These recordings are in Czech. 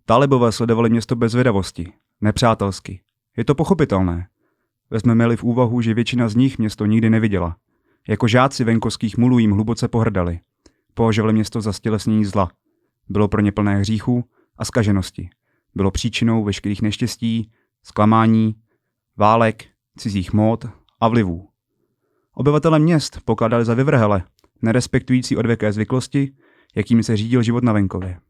Talibové sledovali město bez zvědavosti, nepřátelsky. Je to pochopitelné. Vezmeme-li v úvahu, že většina z nich město nikdy neviděla. Jako žáci venkovských mulů jim hluboce pohrdali. Považovali město za stělesnění zla. Bylo pro ně plné hříchů a zkaženosti. Bylo příčinou veškerých neštěstí, zklamání, válek, cizích mód a vlivů. Obyvatele měst pokládali za vyvrhele, nerespektující odvěké zvyklosti, jakými se řídil život na venkově.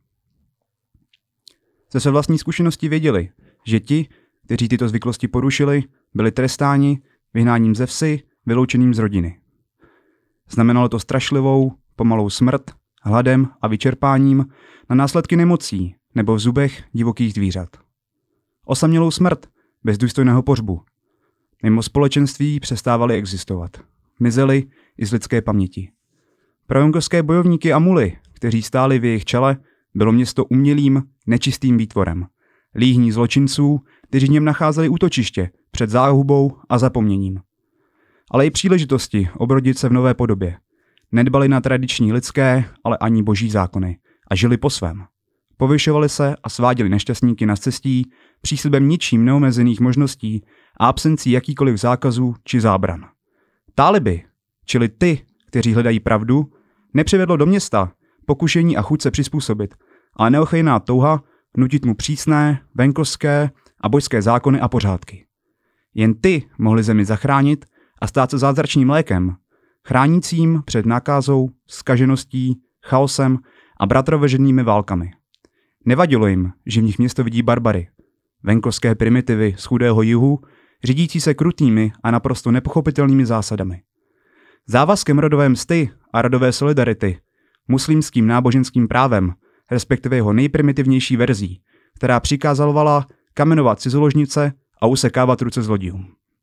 Ze své vlastní zkušenosti věděli, že ti, kteří tyto zvyklosti porušili, byli trestáni vyhnáním ze vsi, vyloučeným z rodiny. Znamenalo to strašlivou, pomalou smrt, hladem a vyčerpáním na následky nemocí nebo v zubech divokých zvířat. Osamělou smrt bez důstojného pohřbu. Mimo společenství přestávali existovat. Mizeli i z lidské paměti. Pro venkovské bojovníky a muly, kteří stáli v jejich čele, bylo město umělým, nečistým výtvorem. Líhní zločinců, kteří v něm nacházeli útočiště před záhubou a zapomněním. Ale i příležitosti obrodit se v nové podobě. Nedbali na tradiční lidské, ale ani boží zákony a žili po svém. Povyšovali se a sváděli nešťastníky na cestí příslibem ničím neomezených možností a absencí jakýkoliv zákazů či zábran. Táliby, čili ty, kteří hledají pravdu, nepřivedlo do města pokušení a chuť se přizpůsobit, ale neochvějná touha nutit mu přísné, venkovské a božské zákony a pořádky. Jen ty mohli zemi zachránit a stát se zázračným lékem, chránícím před nákazou, zkažeností, chaosem a bratroveženými válkami. Nevadilo jim, že v nich město vidí barbary, venkovské primitivy z chudého jihu, řídící se krutými a naprosto nepochopitelnými zásadami. Závazkem rodové msty a rodové solidarity, muslimským náboženským právem, respektive jeho nejprimitivnější verzí, která přikázalovala kamenovat cizoložnice a usekávat ruce zlodějům.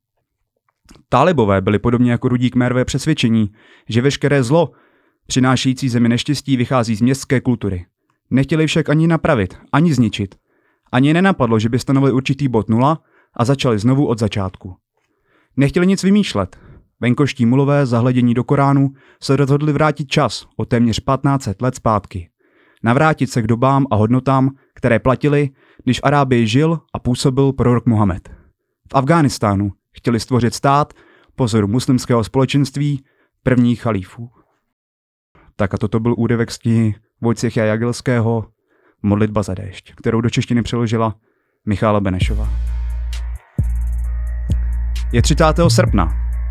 Talibové byli podobně jako rudí Khmerové přesvědčení, že veškeré zlo, přinášející zemi neštěstí, vychází z městské kultury. Nechtěli však ani napravit, ani zničit. Ani nenapadlo, že by stanovili určitý bod nula a začali znovu od začátku. Nechtěli nic vymýšlet. Venkoští mulové zahledění do Koránu se rozhodli vrátit čas o téměř 1500 let zpátky. Navrátit se k dobám a hodnotám, které platily, když v Arábii žil a působil prorok Mohamed. V Afghánistánu chtěli stvořit stát po vzoru muslimského společenství prvních chalífů. Tak a toto byl úryvek z knihy Vojtěcha Jagelského Modlitba za déšť, kterou do češtiny přeložila Michála Benešová. Je 30. srpna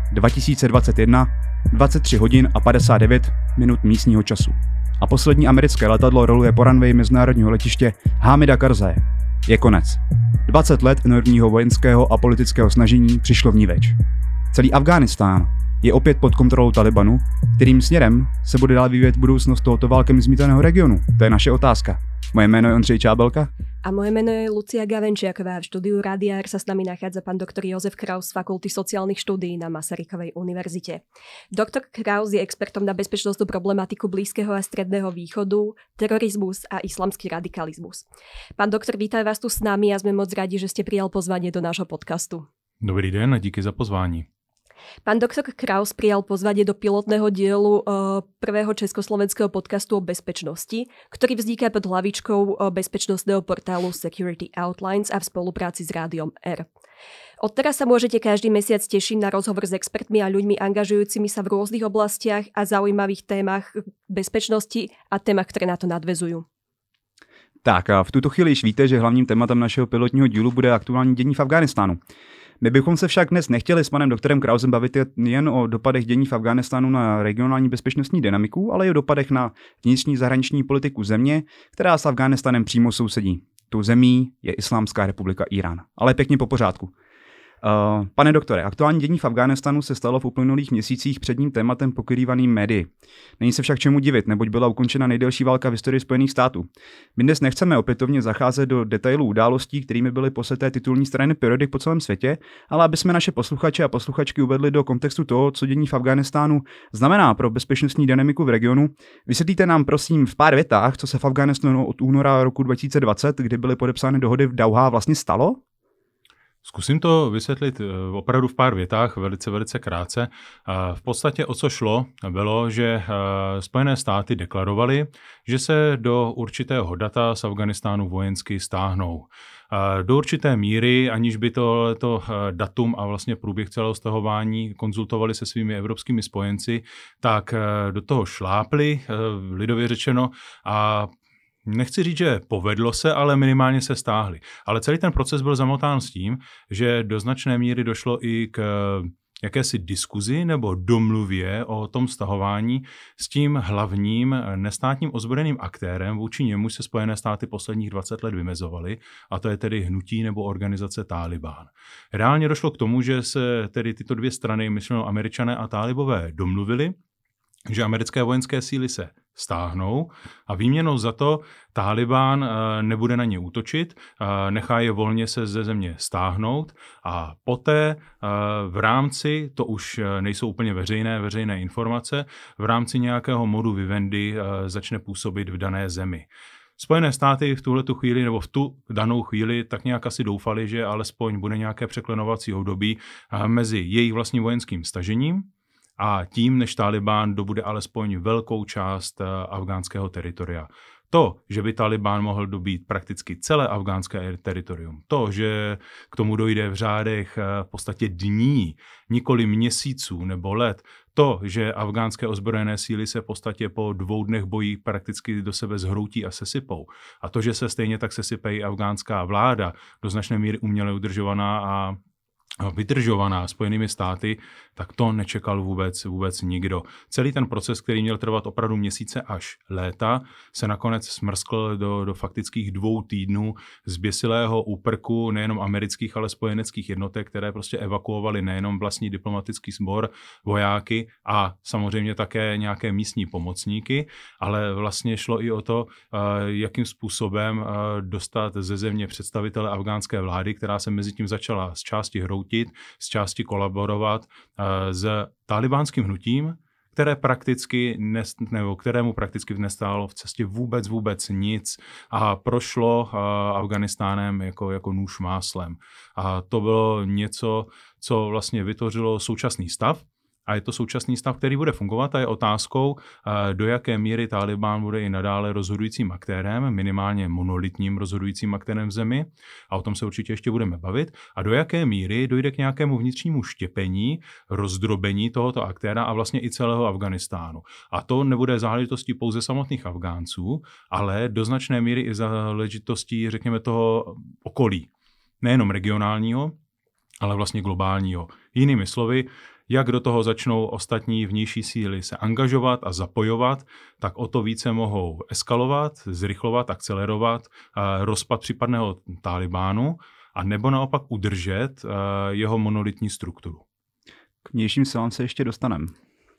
2021, 23 hodin a 59 minut místního času. A poslední americké letadlo roluje po runwayi mezinárodního letiště Hamida Karzaje. Je konec. 20 let enormního vojenského a politického snažení přišlo vniveč. Celý Afghánistán je opět pod kontrolou Talibanu, kterým směrem se bude dál vyvíjet budoucnost tohoto válkem zmítaného regionu. To je naše otázka. Moje jméno je Ondřej Čábelka. A moje meno je Lucia Gavenčiaková. V štúdiu Rádia R sa s nami nachádza pán doktor Jozef Kraus z Fakulty sociálnych štúdií na Masarykovej univerzite. Doktor Kraus je expertom na bezpečnostnú problematiku Blízkeho a Stredného východu, terorizmus a islamský radikalizmus. Pán doktor, vítaj vás tu s nami a sme moc radi, že ste prijal pozvanie do nášho podcastu. Dobrý den a díky za pozvání. Pán doktor Kraus prijal pozvanie do pilotného dielu prvého československého podcastu o bezpečnosti, ktorý vzniká pod hlavičkou bezpečnostného portálu Security Outlines a v spolupráci s Rádiom R. Odteraz sa môžete každý mesiac tešiť na rozhovor s expertmi a ľuďmi angažujúcimi sa v rôznych oblastiach a zaujímavých témach bezpečnosti a témach, ktoré na to nadvezujú. Tak a v tuto chvíli již víte, že hlavním tématem našeho pilotního dílu bude aktuální dění v Afghánistánu. My bychom se však dnes nechtěli s panem doktorem Krausem bavit jen o dopadech dění v Afghánistánu na regionální bezpečnostní dynamiku, ale i o dopadech na vnitřní zahraniční politiku země, která s Afghánistánem přímo sousedí. Tou zemí je Islámská republika Irán. Ale pěkně po pořádku. Pane doktore, aktuální dění v Afghánistánu se stalo v uplynulých měsících předním tématem pokrývaným médii. Není se však čemu divit, neboť byla ukončena nejdelší válka v historii Spojených států. My dnes nechceme opětovně zacházet do detailů událostí, kterými byly poseté titulní strany periodik po celém světě, ale aby jsme naše posluchače a posluchačky uvedli do kontextu toho, co dění v Afghánistánu znamená pro bezpečnostní dynamiku v regionu. Vysvětlíte nám prosím v pár větách, co se v Afghánistánu od února roku 2020, kdy byly podepsány dohody v Dauhá, vlastně stalo? Zkusím to vysvětlit opravdu v pár větách, velice krátce. V podstatě o co šlo, bylo, že Spojené státy deklarovaly, že se do určitého data z Afghánistánu vojensky stáhnou. Do určité míry, aniž by to datum a vlastně průběh celého stahování konzultovali se svými evropskými spojenci, tak do toho šlápli, lidově řečeno, a nechci říct, že povedlo se, ale minimálně se stáhli. Ale celý ten proces byl zamotán s tím, že do značné míry došlo i k jakési diskuzi nebo domluvě o tom stahování s tím hlavním nestátním ozbrojeným aktérem, vůči němu se Spojené státy posledních 20 let vymezovaly, a to je tedy hnutí nebo organizace Tálibán. Reálně došlo k tomu, že se tedy tyto dvě strany, myšleno Američané a Tálibové, domluvili, že americké vojenské síly se stáhnou a výměnou za to Tálibán nebude na ně útočit, nechá je volně se ze země stáhnout a poté v rámci, to už nejsou úplně veřejné informace, v rámci nějakého modu vivendi začne působit v dané zemi. Spojené státy v tuhletu chvíli nebo v tu danou chvíli tak nějak asi doufali, že alespoň bude nějaké překlenovací období mezi jejich vlastním vojenským stažením a tím, než Tálibán dobude alespoň velkou část afghánského teritoria. To, že by Tálibán mohl dobít prakticky celé afghánské teritorium, to, že k tomu dojde v řádech v podstatě dní, nikoli měsíců nebo let, to, že afghánské ozbrojené síly se v podstatě po 2 dnech bojí prakticky do sebe zhroutí a sesypou. A to, že se stejně tak sesype i afgánská vláda, do značné míry uměle udržovaná a vydržovaná Spojenými státy, tak to nečekal vůbec nikdo. Celý ten proces, který měl trvat opravdu měsíce až léta, se nakonec smrskl do faktických 2 týdnů zběsilého úprku nejenom amerických, ale spojeneckých jednotek, které prostě evakuovaly nejenom vlastní diplomatický sbor, vojáky a samozřejmě také nějaké místní pomocníky, ale vlastně šlo i o to, jakým způsobem dostat ze země představitele afghánské vlády, která se mezi tím začala z části hroutit, z části kolaborovat s tálibánským hnutím, kterému prakticky nestálo v cestě vůbec nic a prošlo Afghánistánem jako nůž máslem. A to bylo něco, co vlastně vytvořilo současný stav. A je to současný stav, který bude fungovat a je otázkou, do jaké míry Tálibán bude i nadále rozhodujícím aktérem, minimálně monolitním rozhodujícím aktérem v zemi, a o tom se určitě ještě budeme bavit, a do jaké míry dojde k nějakému vnitřnímu štěpení, rozdrobení tohoto aktéra a vlastně i celého Afghánistánu. A to nebude záležitostí pouze samotných Afgánců, ale do značné míry i záležitostí, řekněme, toho okolí. Nejenom regionálního, ale vlastně globálního. Jinými slovy, jak do toho začnou ostatní vnější síly se angažovat a zapojovat, tak o to více mohou eskalovat, zrychlovat, akcelerovat rozpad případného Tálibánu a nebo naopak udržet jeho monolitní strukturu. K vnějším silám se ještě dostaneme.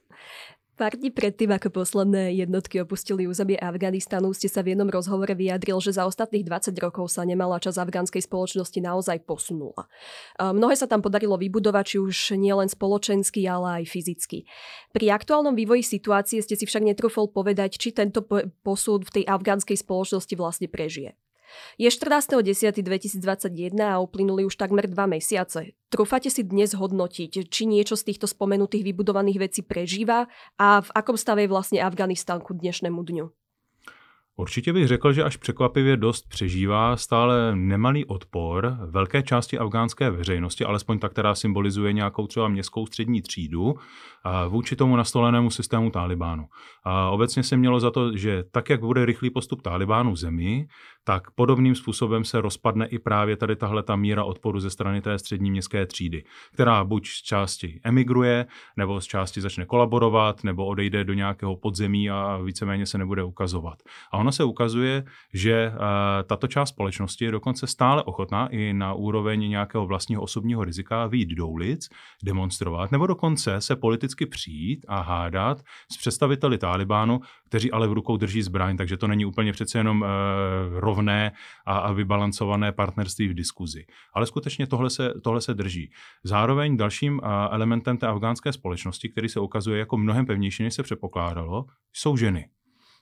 Pár dní predtým, ako posledné jednotky opustili územie Afganistanu, ste sa v jednom rozhovore vyjadril, že za ostatných 20 rokov sa nemalá časť afgánskej spoločnosti naozaj posunula. Mnohé sa tam podarilo vybudovať, či už nielen spoločensky, ale aj fyzicky. Pri aktuálnom vývoji situácie ste si však netrúfol povedať, či tento posun v tej afgánskej spoločnosti vlastne prežije. Je 14.10.2021 a uplynuli už takmer 2 mesiace. Trúfate si dnes hodnotiť, či niečo z týchto spomenutých vybudovaných vecí prežíva a v akom stave je vlastne Afganistán ku dnešnému dňu? Určitě bych řekl, že až překvapivě dost přežívá stále nemalý odpor velké části afgánské veřejnosti, alespoň ta, která symbolizuje nějakou třeba městskou střední třídu, vůči tomu nastolenému systému Tálibánu. Obecně se mělo za to, že tak, jak bude rychlý postup Tálibánu v zemi, tak podobným způsobem se rozpadne i právě tady tahleta míra odporu ze strany té střední městské třídy, která buď z části emigruje, nebo z části začne kolaborovat, nebo odejde do nějakého podzemí a víceméně se nebude ukazovat. A ono se ukazuje, že tato část společnosti je dokonce stále ochotná i na úroveň nějakého vlastního osobního rizika vyjít do ulic, demonstrovat, nebo dokonce se politicky přijít a hádat s představiteli Tálibánu, kteří ale v rukou drží zbraň, takže to není úplně přece jenom rovné a vybalancované partnerství v diskuzi. Ale skutečně tohle se drží. Zároveň dalším elementem té afgánské společnosti, který se ukazuje jako mnohem pevnější, než se předpokládalo, jsou ženy.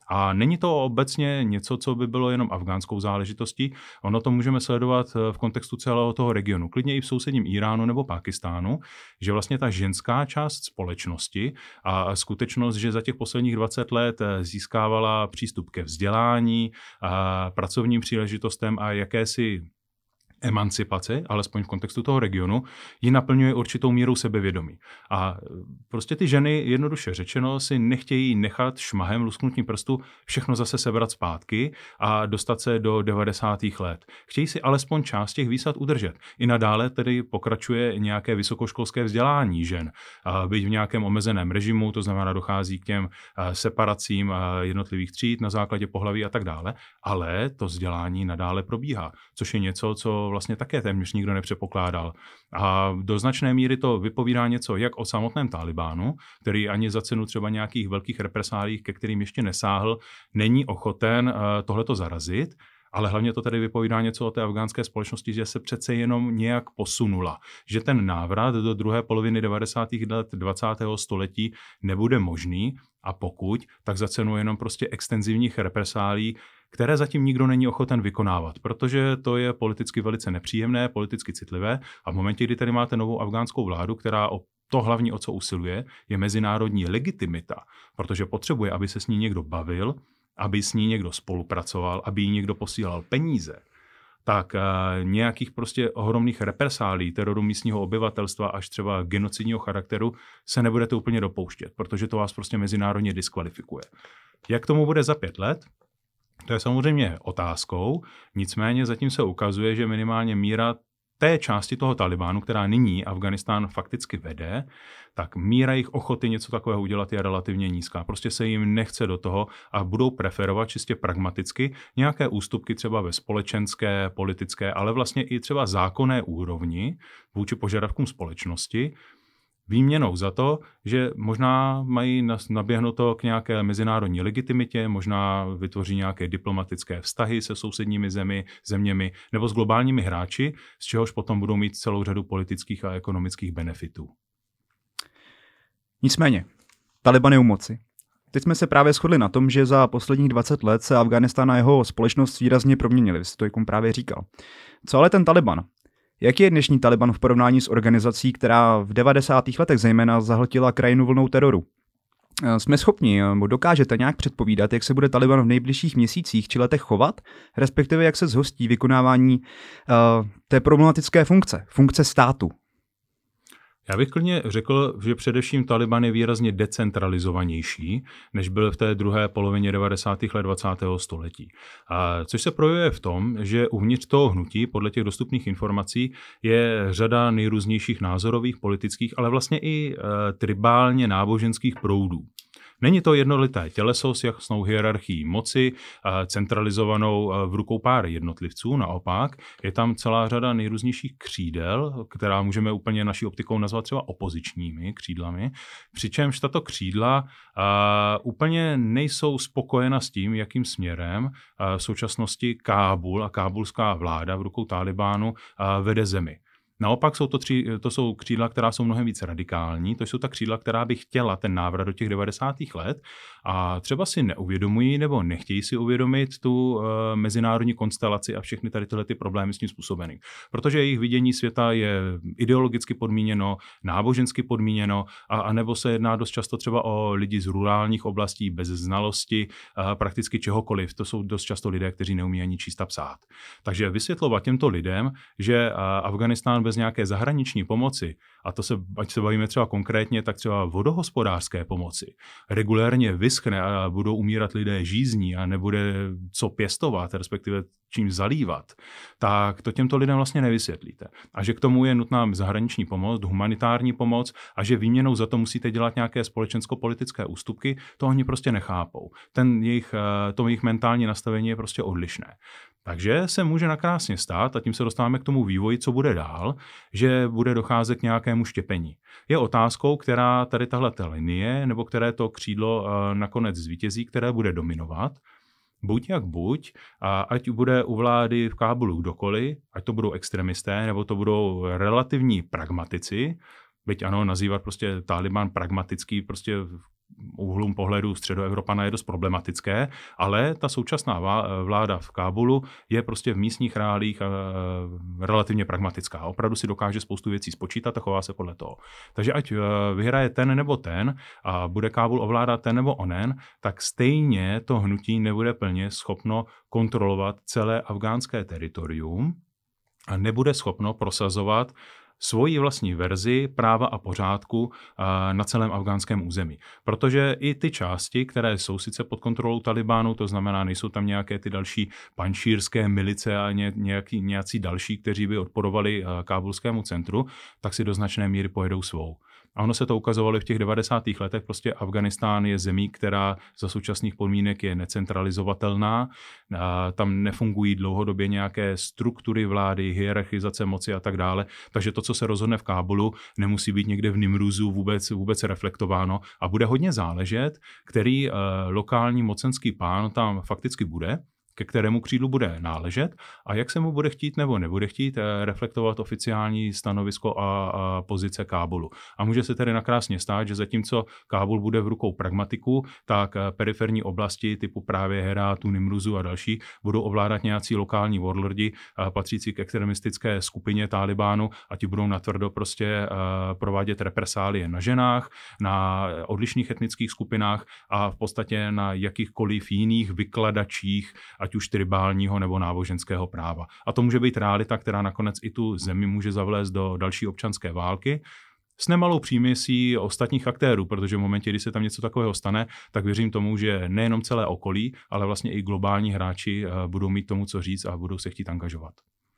A není to obecně něco, co by bylo jenom afgánskou záležitostí. Ono to můžeme sledovat v kontextu celého toho regionu, klidně i v sousedním Iránu nebo Pákistánu, že vlastně ta ženská část společnosti a skutečnost, že za těch posledních 20 let získávala přístup ke vzdělání, a pracovním příležitostem a jakési emancipace, alespoň v kontextu toho regionu, ji naplňuje určitou mírou sebevědomí. A prostě ty ženy, jednoduše řečeno, si nechtějí nechat šmahem lusknutím prstu všechno zase sebrat zpátky a dostat se do 90. let. Chtějí si alespoň část těch výsad udržet. I nadále tedy pokračuje nějaké vysokoškolské vzdělání žen. Byť v nějakém omezeném režimu, to znamená dochází k těm separacím jednotlivých tříd na základě pohlaví a tak dále, ale to vzdělání nadále probíhá, což je něco, co vlastně také téměř nikdo nepředpokládal. A do značné míry to vypovídá něco jak o samotném Talibánu, který ani za cenu třeba nějakých velkých represálí, ke kterým ještě nesáhl, není ochoten tohleto zarazit, ale hlavně to tady vypovídá něco o té afgánské společnosti, že se přece jenom nějak posunula. Že ten návrat do druhé poloviny 90. let 20. století nebude možný a pokud, tak za cenu jenom prostě extenzivních represálí, které zatím nikdo není ochoten vykonávat, protože to je politicky velice nepříjemné, politicky citlivé a v momentě, kdy tady máte novou afgánskou vládu, která o to hlavní, o co usiluje, je mezinárodní legitimita, protože potřebuje, aby se s ní někdo bavil, aby s ní někdo spolupracoval, aby jí někdo posílal peníze, tak nějakých prostě ohromných represálí, teroru místního obyvatelstva až třeba genocidního charakteru se nebudete úplně dopouštět, protože to vás prostě mezinárodně diskvalifikuje. Jak tomu bude za 5 let? To je samozřejmě otázkou, nicméně zatím se ukazuje, že minimálně míra té části toho Talibánu, která nyní Afganistán fakticky vede, tak míra jejich ochoty něco takového udělat je relativně nízká. Prostě se jim nechce do toho a budou preferovat čistě pragmaticky nějaké ústupky třeba ve společenské, politické, ale vlastně i třeba zákonné úrovni vůči požadavkům společnosti, výměnou za to, že možná mají naběhnuto k nějaké mezinárodní legitimitě, možná vytvoří nějaké diplomatické vztahy se sousedními zeměmi nebo s globálními hráči, z čehož potom budou mít celou řadu politických a ekonomických benefitů. Nicméně, Taliban je u moci. Teď jsme se právě shodli na tom, že za posledních 20 let se Afghánistán a jeho společnost výrazně proměnili. Vy jste to jako právě říkal. Co ale ten Taliban? Jaký je dnešní Taliban v porovnání s organizací, která v 90. letech zejména zahltila krajinu vlnou teroru? Jsme schopni, nebo dokážete nějak předpovídat, jak se bude Taliban v nejbližších měsících či letech chovat, respektive jak se zhostí vykonávání té problematické funkce státu? Já bych klidně řekl, že především Taliban je výrazně decentralizovanější, než byl v té druhé polovině 90. let 20. století. Což se projevuje v tom, že uvnitř toho hnutí, podle těch dostupných informací, je řada nejrůznějších názorových, politických, ale vlastně i tribálně náboženských proudů. Není to jednolité těleso s jasnou hierarchií moci, centralizovanou v rukou pár jednotlivců, naopak je tam celá řada nejrůznějších křídel, která můžeme úplně naší optikou nazvat třeba opozičními křídlami, přičemž tato křídla úplně nejsou spokojena s tím, jakým směrem v současnosti Kábul a kábulská vláda v rukou Talibánu vede zemi. Naopak to jsou křídla, která jsou mnohem víc radikální, to jsou ta křídla, která by chtěla ten návrat do těch 90. let a třeba si neuvědomují nebo nechtějí si uvědomit tu mezinárodní konstelaci a všechny tady tyhle ty problémy s tím způsobený. Protože jejich vidění světa je ideologicky podmíněno, nábožensky podmíněno a nebo se jedná dost často třeba o lidi z rurálních oblastí bez znalosti prakticky čehokoliv. To jsou dost často lidé, kteří neumí ani číst a psát. Takže vysvětlovat těmto lidem, že Afghánistán bez nějaké zahraniční pomoci, a to ať se bavíme třeba konkrétně, tak třeba vodohospodářské pomoci, regulérně vyschne a budou umírat lidé žízní a nebude co pěstovat, respektive čím zalívat, tak to těmto lidem vlastně nevysvětlíte. A že k tomu je nutná zahraniční pomoc, humanitární pomoc a že výměnou za to musíte dělat nějaké společensko-politické ústupky, to oni prostě nechápou. To jejich mentální nastavení je prostě odlišné. Takže se může nakrásně stát, a tím se dostáváme k tomu vývoji, co bude dál, že bude docházet k nějakému štěpení. Je otázkou, která tady tahle linie, nebo které to křídlo nakonec zvítězí, které bude dominovat. Buď jak buď, ať bude u vlády v Kábulu kdokoliv, ať to budou extremisté, nebo to budou relativní pragmatici, byť ano, nazývat prostě Taliban pragmatický, prostě úhlům pohledu Středoevropana je dost problematické, ale ta současná vláda v Kábulu je prostě v místních reálích relativně pragmatická. Opravdu si dokáže spoustu věcí spočítat a chová se podle toho. Takže ať vyhraje ten nebo ten a bude Kábul ovládat ten nebo onen, tak stejně to hnutí nebude plně schopno kontrolovat celé afgánské teritorium a nebude schopno prosazovat svoji vlastní verzi práva a pořádku na celém afgánském území. Protože i ty části, které jsou sice pod kontrolou Talibánu, to znamená, nejsou tam nějaké ty další panšírské milice a nějací další, kteří by odporovali kábulskému centru, tak si do značné míry pojedou svou. A ono se to ukazovalo v těch 90. letech, prostě Afghánistán je zemí, která za současných podmínek je necentralizovatelná, tam nefungují dlouhodobě nějaké struktury vlády, hierarchizace moci a tak dále, takže to, co se rozhodne v Kábulu, nemusí být někde v Nimruzu vůbec reflektováno a bude hodně záležet, který lokální mocenský pán tam fakticky bude, ke kterému křídlu bude náležet a jak se mu bude chtít nebo nebude chtít reflektovat oficiální stanovisko a pozice Kábulu. A může se tedy nakrásně stát, že zatímco Kábul bude v rukou pragmatiků, tak periferní oblasti typu právě Herátu, Nimruzu a další budou ovládat nějací lokální warlordi patřící k extremistické skupině Talibánu a ti budou natvrdo prostě provádět represálie na ženách, na odlišných etnických skupinách a v podstatě na jakýchkoliv jiných vykladačích ať už tribálního nebo náboženského práva. A to může být realita, která nakonec i tu zemi může zavlézt do další občanské války s nemalou příměsí ostatních aktérů, protože v momentě, kdy se tam něco takového stane, tak věřím tomu, že nejenom celé okolí, ale vlastně i globální hráči budou mít tomu co říct a budou se chtít angažovat.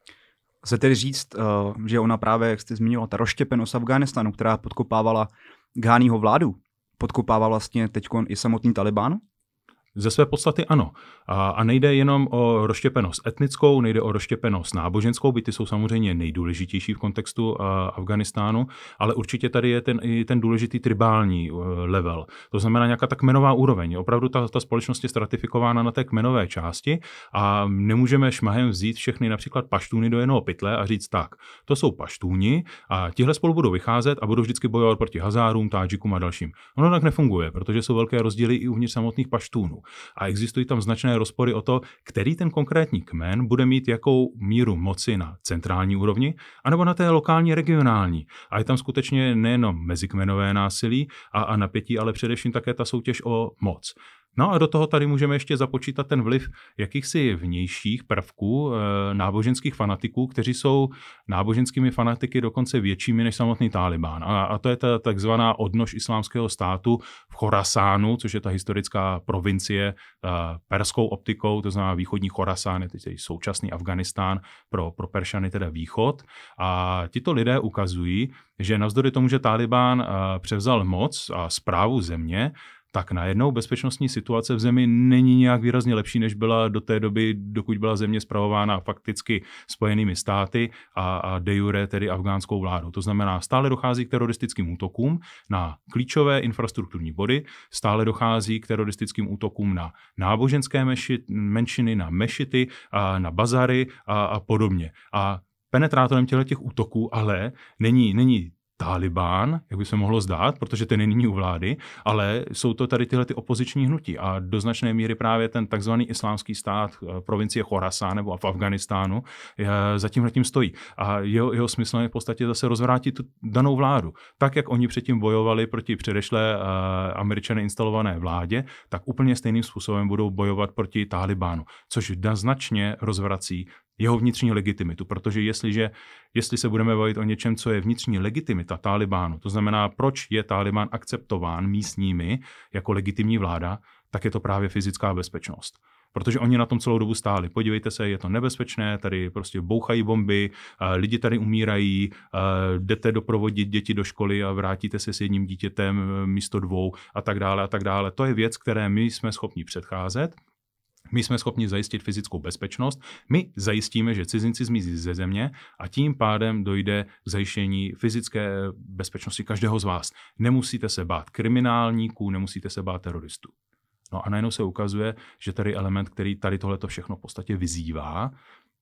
Lze tedy říct, že ona právě, jak jste zmínila, ta rozštěpenost Afghánistánu, která podkopávala Gháního vládu, podkopává vlastně teďkon i samotný Talibán? Ze své podstaty ano. A nejde jenom o rozštěpenost etnickou, nejde o rozštěpenost náboženskou, byť ty jsou samozřejmě nejdůležitější v kontextu Afghánistánu, ale určitě tady je ten důležitý tribální level. To znamená nějaká ta kmenová úroveň. Opravdu ta společnost je stratifikována na té kmenové části a nemůžeme šmahem vzít všechny například paštúny do jednoho pytle a říct tak, to jsou paštúni a tihle spolu budou vycházet a budou vždycky bojovat proti Hazárům, Tádžikům a dalším. Ono tak nefunguje, protože jsou velké rozdíly i uvnitř samotných paštúnů. A existují tam značné rozpory o to, který ten konkrétní kmen bude mít jakou míru moci na centrální úrovni, anebo na té lokální, regionální. A je tam skutečně nejenom mezikmenové násilí a napětí, ale především také ta soutěž o moc. No a do toho tady můžeme ještě započítat ten vliv jakýchsi vnějších prvků náboženských fanatiků, kteří jsou náboženskými fanatiky dokonce většími než samotný Talibán. A to je ta takzvaná odnož islámského státu v Chorasánu, což je ta historická provincie perskou optikou, to znamená východní Chorasán, je teď současný Afghánistán, pro Peršany teda východ. A tito lidé ukazují, že navzdory tomu, že Talibán převzal moc a správu země, tak najednou bezpečnostní situace v zemi není nějak výrazně lepší, než byla do té doby, dokud byla země spravována fakticky Spojenými státy a de jure tedy afgánskou vládou. To znamená, stále dochází k teroristickým útokům na klíčové infrastrukturní body, stále dochází k teroristickým útokům na náboženské menšiny, na mešity, na bazary a podobně. A penetrátorem těch útoků ale není Talibán, jak by se mohlo zdát, protože ten je nyní u vlády, ale jsou to tady tyhle ty opoziční hnutí a do značné míry právě ten takzvaný islámský stát provincie Chorasán nebo v Afghánistánu za tímhletím stojí. A jeho smyslem je v podstatě zase rozvrátit tu danou vládu. Tak, jak oni předtím bojovali proti předešlé Američany instalované vládě, tak úplně stejným způsobem budou bojovat proti Talibánu, což značně rozvrací jeho vnitřní legitimitu, protože jestli se budeme bavit o něčem, co je vnitřní legitimita Talibánu, to znamená, proč je Talibán akceptován místními jako legitimní vláda, tak je to právě fyzická bezpečnost. Protože oni na tom celou dobu stáli. Podívejte se, je to nebezpečné, tady prostě bouchají bomby, lidi tady umírají, jdete doprovodit děti do školy a vrátíte se s jedním dítětem místo dvou a tak dále a tak dále. To je věc, které my jsme schopni předcházet. My jsme schopni zajistit fyzickou bezpečnost, my zajistíme, že cizinci zmizí ze země a tím pádem dojde k zajištění fyzické bezpečnosti každého z vás. Nemusíte se bát kriminálníků, nemusíte se bát teroristů. No a najednou se ukazuje, že tady element, který tady tohleto všechno v podstatě vyzývá,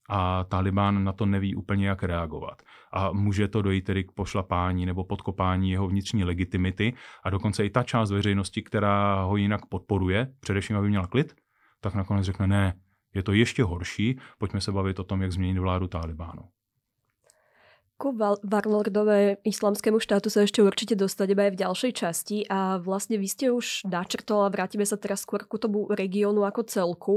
a Taliban na to neví úplně, jak reagovat. A může to dojít tedy k pošlapání nebo podkopání jeho vnitřní legitimity a dokonce i ta část veřejnosti, která ho jinak podporuje, především aby měla klid, tak nakonec řekne ne, je to ještě horší, pojďme se bavit o tom, jak změnit vládu Talibánu. Ku warlordové islamskému štátu sa ešte určite dostaneme aj v ďalšej časti a vlastne vy ste už načrtol a vrátime sa teraz skôr ku tomu regiónu ako celku,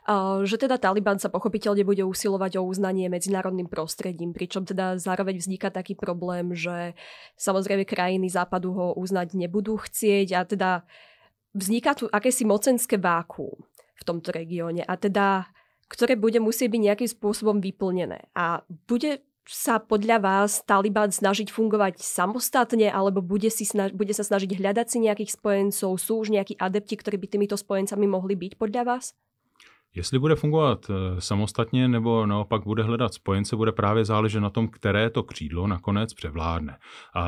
že teda Taliban sa pochopiteľne bude usilovať o uznanie medzinárodným prostredím, pričom teda zároveň vzniká taký problém, že samozrejme krajiny západu ho uznať nebudú chcieť a teda vzniká tu akési mocenské vákuum v tomto regióne a teda ktoré bude musieť byť nejakým spôsobom vyplnené a bude sa podľa vás Taliban snažiť fungovať samostatne, alebo bude sa snažiť hľadať si nejakých spojencov? Sú už nejakí adepti, ktorí by týmito spojencami mohli byť podľa vás? Jestli bude fungovat samostatně nebo naopak bude hledat spojence, bude právě záležet na tom, které to křídlo nakonec převládne. A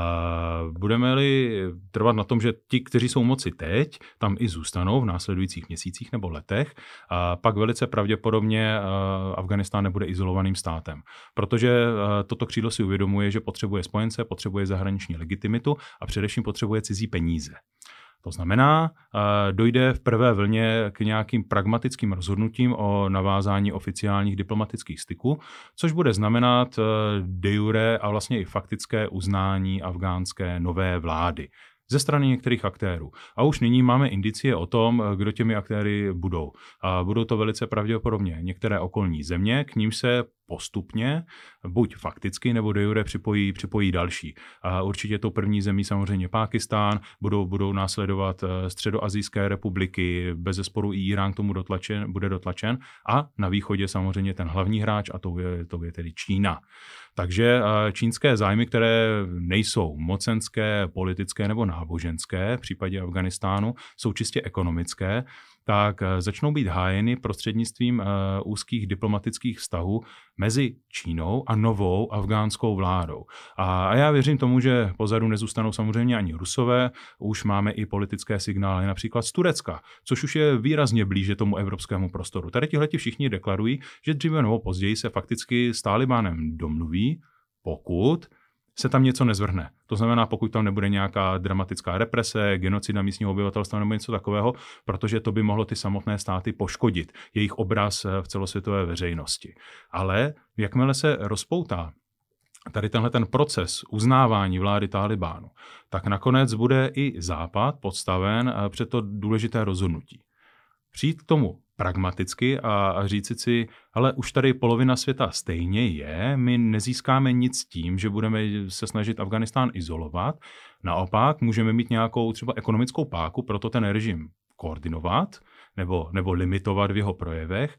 budeme-li trvat na tom, že ti, kteří jsou moci teď, tam i zůstanou v následujících měsících nebo letech, a pak velice pravděpodobně Afghánistán nebude izolovaným státem. Protože toto křídlo si uvědomuje, že potřebuje spojence, potřebuje zahraniční legitimitu a především potřebuje cizí peníze. To znamená, dojde v prvé vlně k nějakým pragmatickým rozhodnutím o navázání oficiálních diplomatických styků, což bude znamenat de jure a vlastně i faktické uznání afgánské nové vlády ze strany některých aktérů. A už nyní máme indicie o tom, kdo těmi aktéry budou. A budou to velice pravděpodobně některé okolní země, k ním se postupně, buď fakticky, nebo de jure připojí další. A určitě tou první zemí samozřejmě Pákistán, budou následovat středoasijské republiky, bezesporu i Irán k tomu bude dotlačen a na východě samozřejmě ten hlavní hráč a to je tedy Čína. Takže čínské zájmy, které nejsou mocenské, politické nebo náboženské v případě Afghánistánu, jsou čistě ekonomické, tak začnou být hájeny prostřednictvím úzkých diplomatických vztahů mezi Čínou a novou afgánskou vládou. A já věřím tomu, že pozadu nezůstanou samozřejmě ani Rusové, už máme i politické signály například z Turecka, což už je výrazně blíže tomu evropskému prostoru. Tady tihleti všichni deklarují, že dříve nebo později se fakticky s Talibánem domluví, pokud se tam něco nezvrhne. To znamená, pokud tam nebude nějaká dramatická represe, genocida místního obyvatelstva nebo něco takového, protože to by mohlo ty samotné státy poškodit, jejich obraz v celosvětové veřejnosti. Ale jakmile se rozpoutá tady tenhle ten proces uznávání vlády Talibánu, tak nakonec bude i Západ podstaven před to důležité rozhodnutí. Přijít k tomu pragmaticky a říci si, ale už tady polovina světa stejně je, my nezískáme nic tím, že budeme se snažit Afghánistán izolovat, naopak můžeme mít nějakou třeba ekonomickou páku, proto ten režim koordinovat nebo limitovat v jeho projevech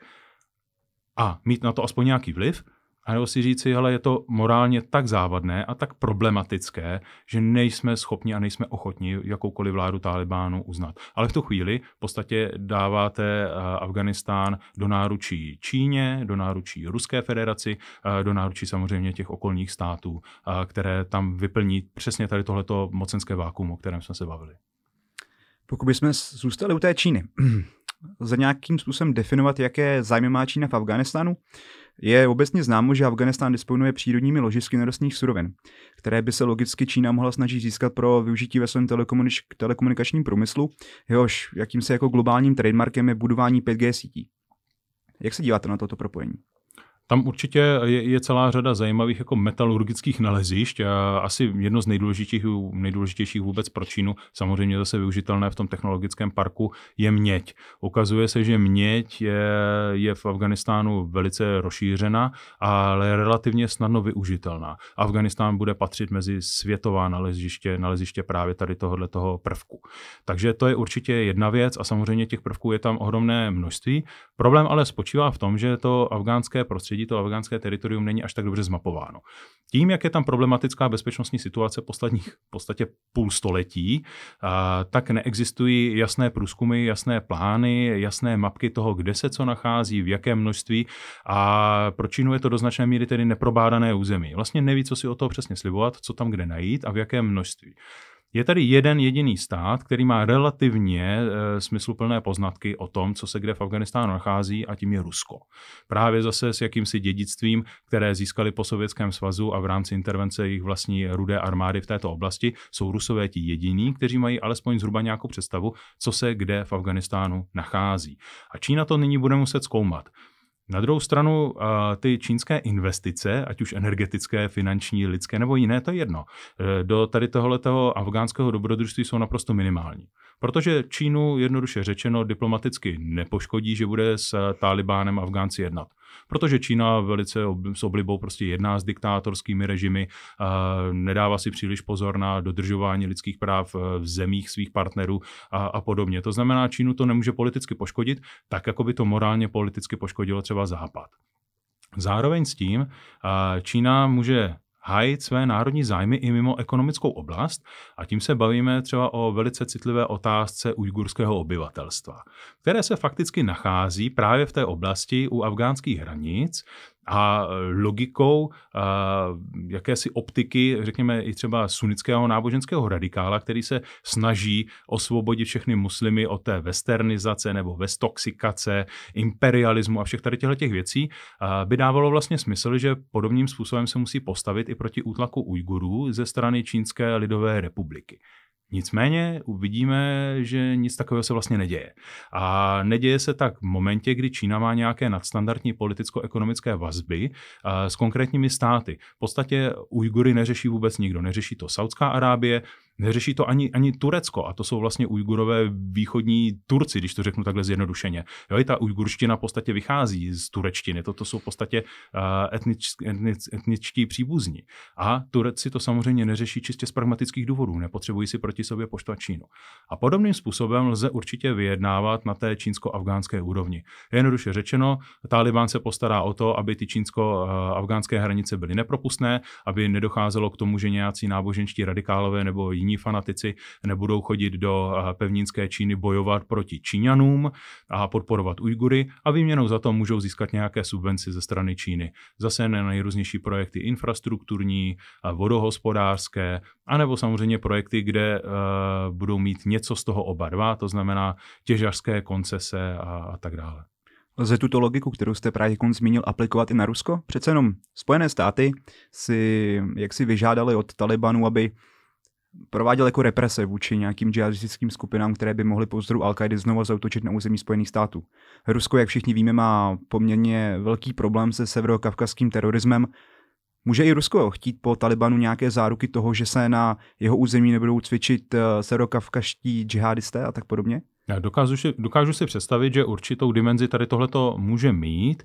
a mít na to aspoň nějaký vliv, a nebo si říci, ale je to morálně tak závadné a tak problematické, že nejsme schopni a nejsme ochotni jakoukoliv vládu Talibánu uznat. Ale v tu chvíli v podstatě dáváte Afghánistán do náručí Číně, do náručí Ruské federaci, do náručí samozřejmě těch okolních států, které tam vyplní přesně tady tohleto mocenské vákuum, o kterém jsme se bavili. Pokud bychom zůstali u té Číny, za nějakým způsobem definovat, jaké zájmy má Čína v Afghánistánu, je obecně známo, že Afghánistán disponuje přírodními ložisky nerostných surovin, které by se logicky Čína mohla snažit získat pro využití ve svém telekomunikačním průmyslu, jehož jakýmsi jako globálním trademarkem je budování 5G sítí. Jak se díváte na toto propojení? Tam určitě je celá řada zajímavých jako metalurgických nalezišť a asi jedno z nejdůležitějších vůbec pro Čínu, samozřejmě zase využitelné v tom technologickém parku, je měď. Ukazuje se, že měď je v Afghánistánu velice rozšířena, ale relativně snadno využitelná. Afghánistán bude patřit mezi světová naleziště právě tady tohoto prvku. Takže to je určitě jedna věc a samozřejmě těch prvků je tam ohromné množství. Problém ale spočívá v tom, že to afgánské prostředí, to afgánské teritorium není až tak dobře zmapováno. Tím, jak je tam problematická bezpečnostní situace posledních v podstatě půl století, tak neexistují jasné průzkumy, jasné plány, jasné mapky toho, kde se co nachází, v jakém množství a pro Čínu je to do značné míry tedy neprobádané území. Vlastně neví, co si od toho přesně slibovat, co tam kde najít a v jakém množství. Je tady jeden jediný stát, který má relativně smysluplné poznatky o tom, co se kde v Afghánistánu nachází, a tím je Rusko. Právě zase s jakýmsi dědictvím, které získali po Sovětském svazu a v rámci intervence jejich vlastní rudé armády v této oblasti, jsou Rusové ti jediní, kteří mají alespoň zhruba nějakou představu, co se kde v Afghánistánu nachází. A Čína to nyní bude muset zkoumat. Na druhou stranu ty čínské investice, ať už energetické, finanční, lidské nebo jiné, to je jedno. Do tady tohoto afgánského dobrodružství jsou naprosto minimální. Protože Čínu jednoduše řečeno diplomaticky nepoškodí, že bude s Talibánem Afgánci jednat. Protože Čína velice s oblibou prostě jedná s diktátorskými režimy, nedává si příliš pozor na dodržování lidských práv v zemích svých partnerů a podobně. To znamená, Čínu to nemůže politicky poškodit, tak jako by to morálně politicky poškodilo třeba Západ. Zároveň s tím Čína může hájit své národní zájmy i mimo ekonomickou oblast, a tím se bavíme třeba o velice citlivé otázce ujgurského obyvatelstva, které se fakticky nachází právě v té oblasti u afgánských hranic a logikou jakési optiky, řekněme i třeba sunnického náboženského radikála, který se snaží osvobodit všechny muslimy od té westernizace nebo westoxikace, imperialismu a všech tady těch věcí, by dávalo vlastně smysl, že podobným způsobem se musí postavit i proti útlaku Ujgurů ze strany Čínské lidové republiky. Nicméně uvidíme, že nic takového se vlastně neděje. A neděje se tak v momentě, kdy Čína má nějaké nadstandardní politicko-ekonomické vazby s konkrétními státy. V podstatě Ujgury neřeší vůbec nikdo. Neřeší to Saudská Arábie, neřeší to ani Turecko, a to jsou vlastně Ujgurové východní Turci, když to řeknu takhle zjednodušeně. Jo, i ta ujgurština v podstatě vychází z turečtiny, to jsou v podstatě etničtí příbuzní. A Tureci to samozřejmě neřeší čistě z pragmatických důvodů, nepotřebují si proti sobě poštvat Čínu. A podobným způsobem lze určitě vyjednávat na té čínsko-afgánské úrovni. Jednoduše řečeno, Tálibán se postará o to, aby ty čínsko-afgánské hranice byly nepropustné, aby nedocházelo k tomu, že nějací náboženští radikálové nebo jiní fanatici nebudou chodit do pevninské Číny bojovat proti Číňanům a podporovat Ujgury, a výměnou za to můžou získat nějaké subvence ze strany Číny. Zase na nejrůznější projekty infrastrukturní, vodohospodářské, anebo samozřejmě projekty, kde budou mít něco z toho oba dva, to znamená těžařské koncese a tak dále. Lze tuto logiku, kterou jste právě zmínil, aplikovat i na Rusko? Přece jenom Spojené státy si vyžádali od Talibanu, aby prováděl jako represe vůči nějakým džihadistickým skupinám, které by mohly po vzoru Al-Kaidy znovu zaútočit na území Spojených států. Rusko, jak všichni víme, má poměrně velký problém se severokavkazským terorismem. Může i Rusko chtít po Talibanu nějaké záruky toho, že se na jeho území nebudou cvičit severokavkazští džihadisté a tak podobně? Já dokážu si představit, že určitou dimenzi tady tohleto může mít.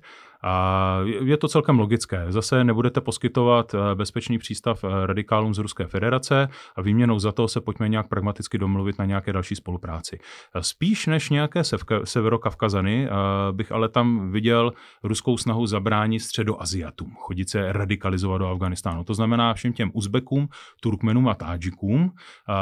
A je to celkem logické. Zase nebudete poskytovat bezpečný přístav radikálům z Ruské federace a výměnou za to se pojďme nějak pragmaticky domluvit na nějaké další spolupráci. Spíš než nějaké severokavkazany bych ale tam viděl ruskou snahu zabránit středoaziatům, chodit se radikalizovat do Afghánistánu. To znamená všem těm Uzbekům, Turkmenům a Tádžikům,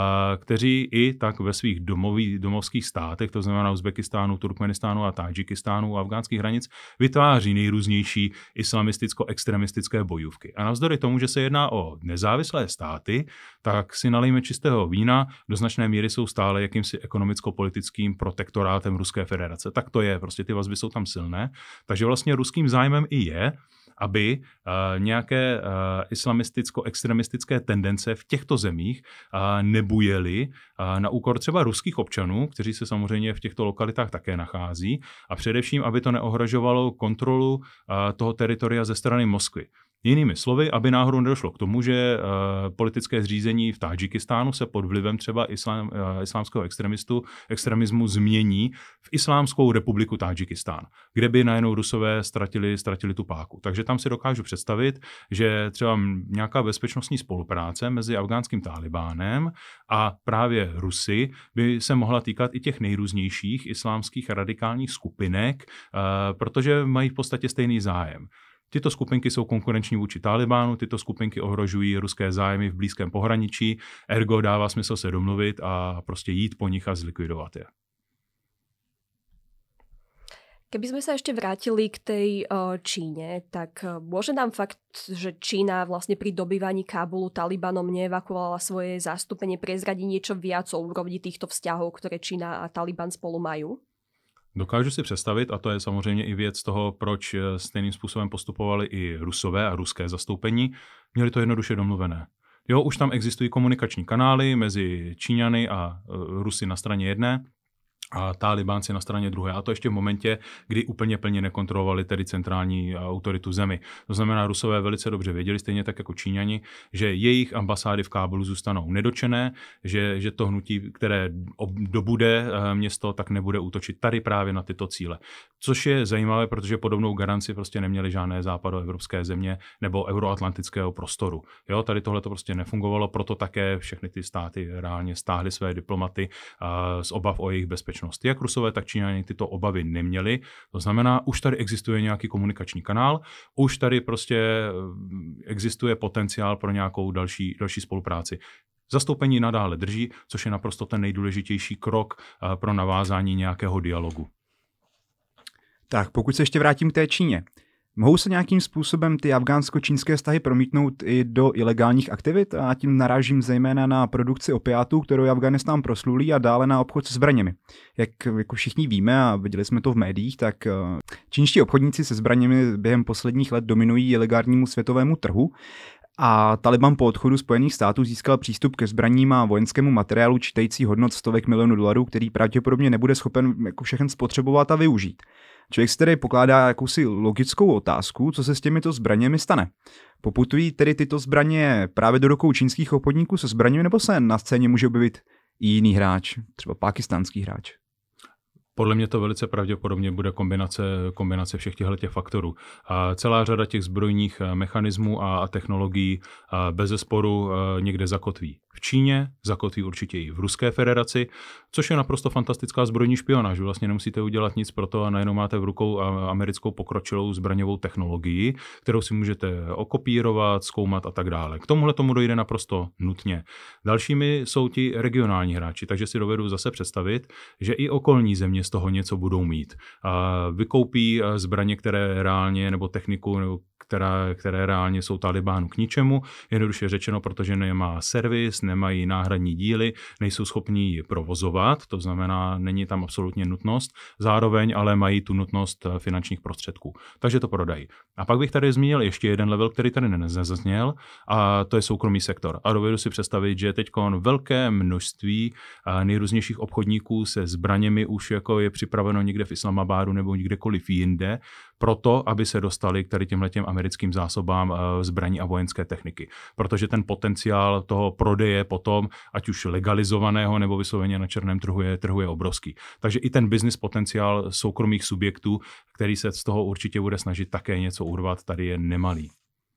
kteří i tak ve svých domovských státech, to znamená Uzbekistánu, Turkmenistánu a Tádžikistánu a afgánských hranic, vytváří nejrůznější islamisticko-extremistické bojůvky. A navzdory tomu, že se jedná o nezávislé státy, tak si nalijme čistého vína, do značné míry jsou stále jakýmsi ekonomicko-politickým protektorátem Ruské federace. Tak to je, prostě ty vazby jsou tam silné. Takže vlastně ruským zájmem i je, aby nějaké islamisticko-extremistické tendence v těchto zemích nebujely na úkor třeba ruských občanů, kteří se samozřejmě v těchto lokalitách také nachází, a především, aby to neohrožovalo kontrolu toho teritoria ze strany Moskvy. Jinými slovy, aby náhodou nedošlo k tomu, že politické zřízení v Tádžikistánu se pod vlivem třeba islámského extremismu změní v Islámskou republiku Tádžikistán, kde by najednou Rusové ztratili tu páku. Takže tam si dokážu představit, že třeba nějaká bezpečnostní spolupráce mezi afgánským Talibánem a právě Rusy by se mohla týkat i těch nejrůznějších islámských radikálních skupinek, protože mají v podstatě stejný zájem. Tyto skupinky jsou konkurenční vůči Talibánu, tyto skupinky ohrožují ruské zájmy v blízkém pohraničí, ergo dává smysl se domluvit a prostě jít po nich a zlikvidovat je. Keby sme sa ešte vrátili k tej Číne, tak môže nám fakt, že Čína vlastne pri dobývaní Kábulu Talibanom neevakuovala svoje zastúpenie, prezradiť niečo viac o úrovni týchto vzťahov, ktoré Čína a Taliban spolu majú? Dokážu si představit, a to je samozřejmě i věc toho, proč stejným způsobem postupovali i Rusové a ruské zastoupení, měli to jednoduše domluvené. Jo, už tam existují komunikační kanály mezi Číňany a Rusy na straně jedné a Talibánci na straně druhé. A to ještě v momentě, kdy úplně plně nekontrolovali tedy centrální autoritu zemi. To znamená, Rusové velice dobře věděli, stejně tak jako Číňani, že jejich ambasády v Kábulu zůstanou nedotčené, že to hnutí, které dobude město, tak nebude útočit tady právě na tyto cíle. Což je zajímavé, protože podobnou garanci prostě neměly žádné západoevropské země nebo euroatlantického prostoru. Jo, tady tohle to prostě nefungovalo, proto také všechny ty státy reálně stáhly své diplomaty z obav o jejich bezpečnost. Jak Rusové, tak Číňani tyto obavy neměli. To znamená, už tady existuje nějaký komunikační kanál, už tady prostě existuje potenciál pro nějakou další spolupráci. Zastoupení nadále drží, což je naprosto ten nejdůležitější krok pro navázání nějakého dialogu. Tak, pokud se ještě vrátím k té Číně. Mohou se nějakým způsobem ty afgánsko-čínské vztahy promítnout i do ilegálních aktivit? A tím narážím zejména na produkci opiátů, kterou je Afghánistán proslulý, a dále na obchod se zbraněmi. Jak jako všichni víme a viděli jsme to v médiích, tak čínští obchodníci se zbraněmi během posledních let dominují ilegálnímu světovému trhu. A Taliban po odchodu Spojených států získal přístup ke zbraním a vojenskému materiálu čítající hodnot stovek milionů dolarů, který pravděpodobně nebude schopen jako všechen spotřebovat a využít. Člověk si tedy pokládá jakousi logickou otázku, co se s těmito zbraněmi stane. Poputují tedy tyto zbraně právě do rukou čínských obchodníků se zbraněmi, nebo se na scéně může objevit i jiný hráč, třeba pákistánský hráč? Podle mě to velice pravděpodobně bude kombinace všech těchto faktorů. A celá řada těch zbrojních mechanismů a technologií bezesporu někde zakotví v Číně, zakotví určitě i v Ruské federaci, což je naprosto fantastická zbrojní špionáž. Vlastně nemusíte udělat nic pro to a najednou máte v rukou americkou pokročilou zbraňovou technologii, kterou si můžete okopírovat, zkoumat a tak dále. K tomuhle tomu dojde naprosto nutně. Dalšími jsou ti regionální hráči, takže si dovedu zase představit, že i okolní země z toho něco budou mít. Vykoupí zbraně, které reálně, nebo techniku, nebo které reálně jsou Talibánu k ničemu, jednoduše řečeno, protože nemá servis, nemají náhradní díly, nejsou schopni ji provozovat, to znamená, není tam absolutně nutnost, zároveň ale mají tu nutnost finančních prostředků. Takže to prodají. A pak bych tady zmínil ještě jeden level, který tady nezazněl, a to je soukromý sektor. A dovedu si představit, že teď velké množství nejrůznějších obchodníků se zbraněmi už jako je připraveno někde v Islamabadu nebo kdekoliv jinde, proto, aby se dostali k tady těmhletěm americkým zásobám zbraní a vojenské techniky. Protože ten potenciál toho prodeje potom, ať už legalizovaného nebo vysloveně na černém trhu je obrovský. Takže i ten business potenciál soukromých subjektů, který se z toho určitě bude snažit také něco urvat, tady je nemalý.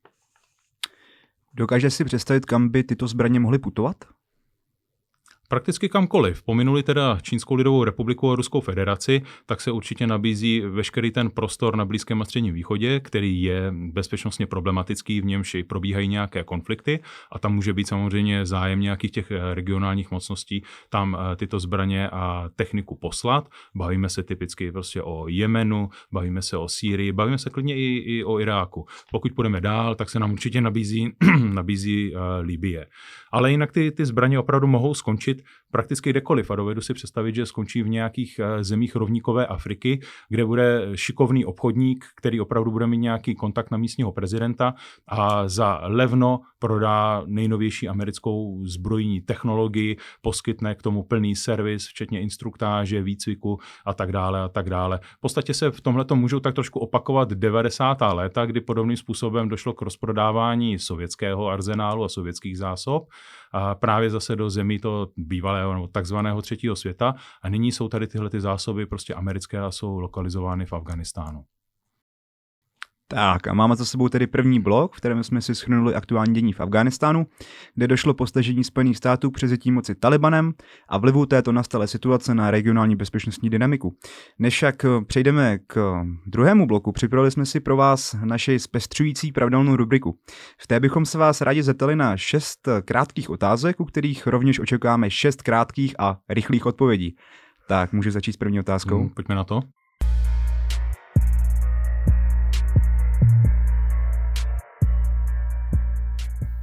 Dokáže si představit, kam by tyto zbraně mohly putovat? Prakticky kamkoliv. Pominuli teda Čínskou lidovou republiku a Ruskou federaci, tak se určitě nabízí veškerý ten prostor na Blízkém a Středním východě, který je bezpečnostně problematický, v němž probíhají nějaké konflikty a tam může být samozřejmě zájem nějakých těch regionálních mocností tam tyto zbraně a techniku poslat. Bavíme se typicky prostě o Jemenu, bavíme se o Sýrii, bavíme se klidně i o Iráku. Pokud půjdeme dál, tak se nám určitě nabízí Libye. Ale jinak ty zbraně opravdu mohou skončit prakticky kdekoliv a dovedu si představit, že skončí v nějakých zemích rovníkové Afriky, kde bude šikovný obchodník, který opravdu bude mít nějaký kontakt na místního prezidenta a za levno prodá nejnovější americkou zbrojní technologii, poskytne k tomu plný servis, včetně instruktáže, výcviku a tak dále a tak dále. V podstatě se v tomhletom můžou tak trošku opakovat 90. léta, kdy podobným způsobem došlo k rozprodávání sovětského arzenálu a sovětských zásob a právě zase do zemí toho bývalého nebo takzvaného třetího světa a nyní jsou tady tyhle ty zásoby prostě americké a jsou lokalizovány v Afghánistánu. Tak a máme za sebou tedy první blok, v kterém jsme si shrnuli aktuální dění v Afghánistánu, kde došlo po stažení Spojených států převzetí moci Talibanem a vlivu této nastalé situace na regionální bezpečnostní dynamiku. Než však přejdeme k druhému bloku, připravili jsme si pro vás naši zpestřující pravidelnou rubriku. V té bychom se vás rádi zeptali na 6 krátkých otázek, u kterých rovněž očekáváme 6 krátkých a rychlých odpovědí. Tak, můžu začít s první otázkou? Pojďme na to.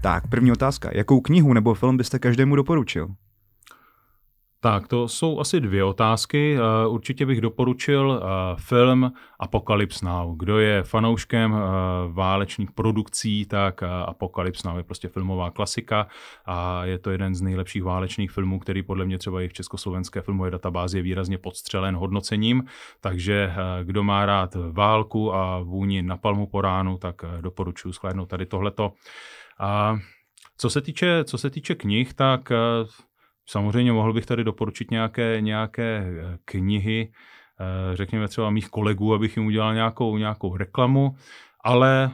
Tak, první otázka. Jakou knihu nebo film byste každému doporučil? Tak, to jsou asi 2 otázky. Určitě bych doporučil film Apocalypse Now. Kdo je fanouškem válečných produkcí, tak Apocalypse Now je prostě filmová klasika a je to jeden z nejlepších válečných filmů, který podle mě třeba i v československé filmové databázi je výrazně podstřelen hodnocením. Takže kdo má rád válku a vůni napalmu po ránu, tak doporučuji shlédnout tady tohleto. A co se týče knih, tak samozřejmě mohl bych tady doporučit nějaké knihy, řekněme třeba mých kolegů, abych jim udělal nějakou reklamu, ale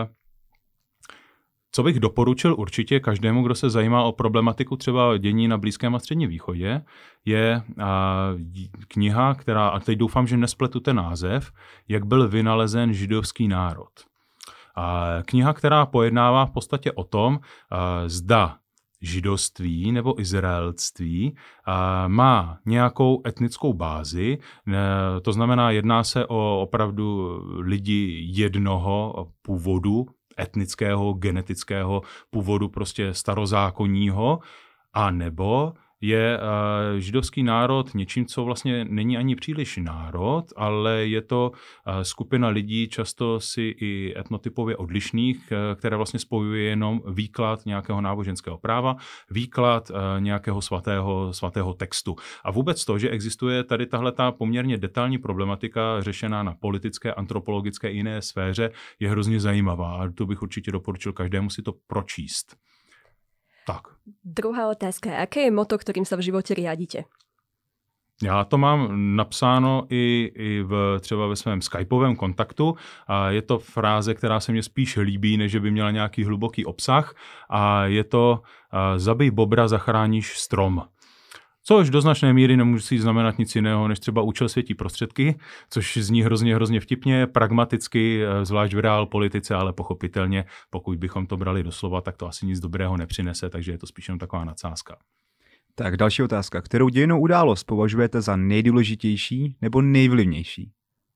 co bych doporučil určitě každému, kdo se zajímá o problematiku třeba dění na Blízkém a Středním východě, je kniha, která, a teď doufám, že nespletu ten název, Jak byl vynalezen židovský národ. Kniha, která pojednává v podstatě o tom, zda židovství nebo izraelství má nějakou etnickou bázi, to znamená, jedná se o opravdu lidi jednoho původu, etnického, genetického původu, prostě starozákonního, a nebo je židovský národ něčím, co vlastně není ani příliš národ, ale je to skupina lidí, často si i etnotypově odlišných, které vlastně spojuje jenom výklad nějakého náboženského práva, výklad nějakého svatého textu. A vůbec to, že existuje tady tahleta poměrně detailní problematika řešená na politické, antropologické i jiné sféře, je hrozně zajímavá a to bych určitě doporučil každému si to pročíst. Tak. Druhá otázka. Aké je moto, ktorým sa v živote riadite? Já to mám napsáno i třeba ve svém skypovém kontaktu. A je to fráze, která se mně spíš líbí, než by měla nějaký hluboký obsah. A je to zabij bobra, zachráníš strom. Což do značné míry nemusí znamenat nic jiného, než třeba účel světí prostředky, což zní hrozně vtipně, pragmaticky, zvlášť v reál politice, ale pochopitelně, pokud bychom to brali doslova, tak to asi nic dobrého nepřinese, takže je to spíš jenom taková nadsázka. Tak další otázka. Kterou dějinnou událost považujete za nejdůležitější nebo nejvlivnější?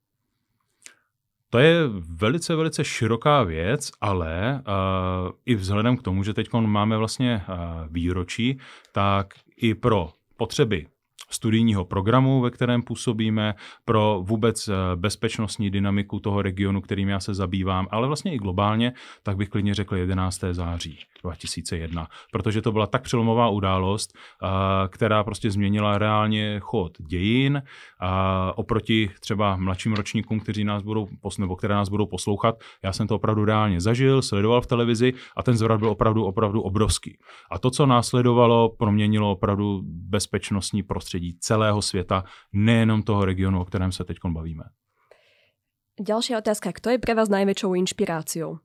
To je velice široká věc, ale i vzhledem k tomu, že teď máme vlastně výročí, tak i pro potřeby studijního programu, ve kterém působíme, pro vůbec bezpečnostní dynamiku toho regionu, kterým já se zabývám, ale vlastně i globálně, tak bych klidně řekl 11. září 2001, protože to byla tak přelomová událost, která prostě změnila reálně chod dějin oproti třeba mladším ročníkům, které nás budou poslouchat. Já jsem to opravdu reálně zažil, sledoval v televizi a ten zvrat byl opravdu obrovský. A to, co následovalo, proměnilo opravdu bezpečnostní prostředí celého světa, nejenom toho regionu, o kterém se teď bavíme. Ďalšia otázka. Kto je pre vás najväčšou inšpiráciou?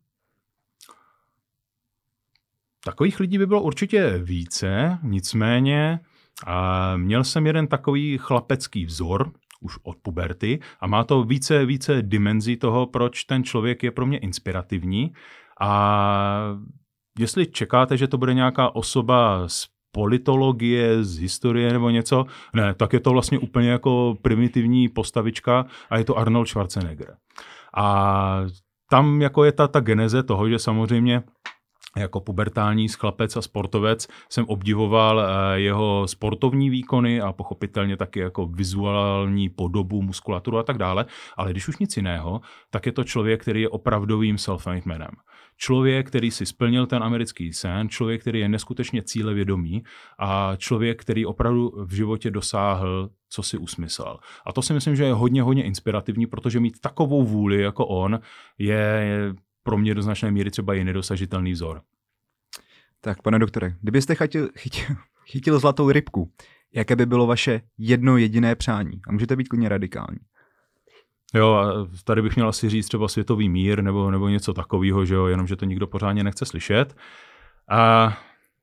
Takových lidí by bylo určitě více, nicméně měl jsem jeden takový chlapecký vzor, už od puberty, a má to více dimenzí toho, proč ten člověk je pro mě inspirativní. A jestli čekáte, že to bude nějaká osoba z politologie, z historie nebo něco, ne, tak je to vlastně úplně jako primitivní postavička a je to Arnold Schwarzenegger. A tam jako je ta geneze toho, že samozřejmě jako pubertální chlapec a sportovec jsem obdivoval jeho sportovní výkony a pochopitelně taky jako vizuální podobu, muskulaturu a tak dále, ale když už nic jiného, tak je to člověk, který je opravdovým self-made manem. Člověk, který si splnil ten americký sen, člověk, který je neskutečně cílevědomý a člověk, který opravdu v životě dosáhl, co si usmyslel. A to si myslím, že je hodně inspirativní, protože mít takovou vůli jako on je pro mě do značné míry třeba i nedosažitelný vzor. Tak, pane doktore, kdybyste chytil zlatou rybku, jaké by bylo vaše jedno jediné přání? A můžete být klidně radikální. Jo, a tady bych měl asi říct třeba světový mír nebo něco takového, že jo, jenomže to nikdo pořádně nechce slyšet. A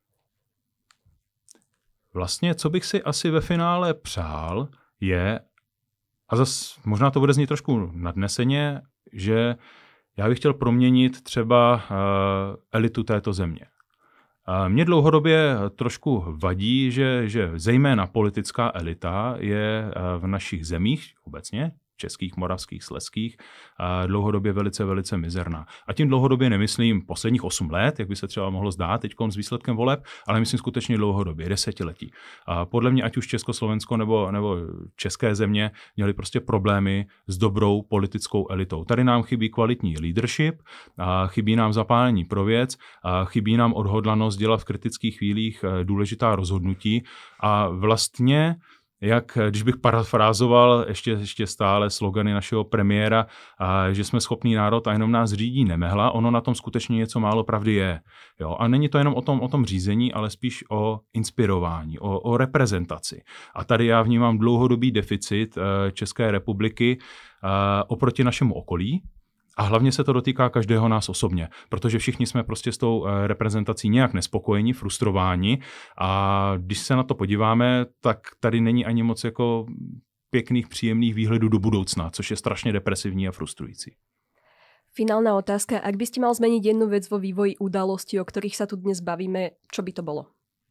vlastně, co bych si asi ve finále přál, je, a zase možná to bude znít trošku nadneseně, že já bych chtěl proměnit třeba elitu této země. Mně dlouhodobě trošku vadí, že zejména politická elita je v našich zemích obecně, českých, moravských, slezských, dlouhodobě velice, velice mizerná. A tím dlouhodobě nemyslím posledních 8 let, jak by se třeba mohlo zdát teď s výsledkem voleb, ale myslím skutečně dlouhodobě, desetiletí. A podle mě ať už Československo nebo české země měly prostě problémy s dobrou politickou elitou. Tady nám chybí kvalitní leadership, chybí nám zapálení pro věc, chybí nám odhodlanost dělat v kritických chvílích důležitá rozhodnutí a vlastně když bych parafrázoval ještě stále slogany našeho premiéra, že jsme schopný národ a jenom nás řídí nemehla, ono na tom skutečně něco málo pravdy je. Jo? A není to jenom o tom řízení, ale spíš o inspirování, o reprezentaci. A tady já vnímám dlouhodobý deficit České republiky oproti našemu okolí. A hlavně se to dotýká každého nás osobně, protože všichni jsme prostě s tou reprezentací nějak nespokojeni, frustrováni a když se na to podíváme, tak tady není ani moc jako pěkných, příjemných výhledů do budoucna, což je strašně depresivní a frustrující. Finálna otázka, ak by ste mal zmeniť jednu vec vo vývoji udalostí, o ktorých sa tu dnes bavíme, čo by to bolo?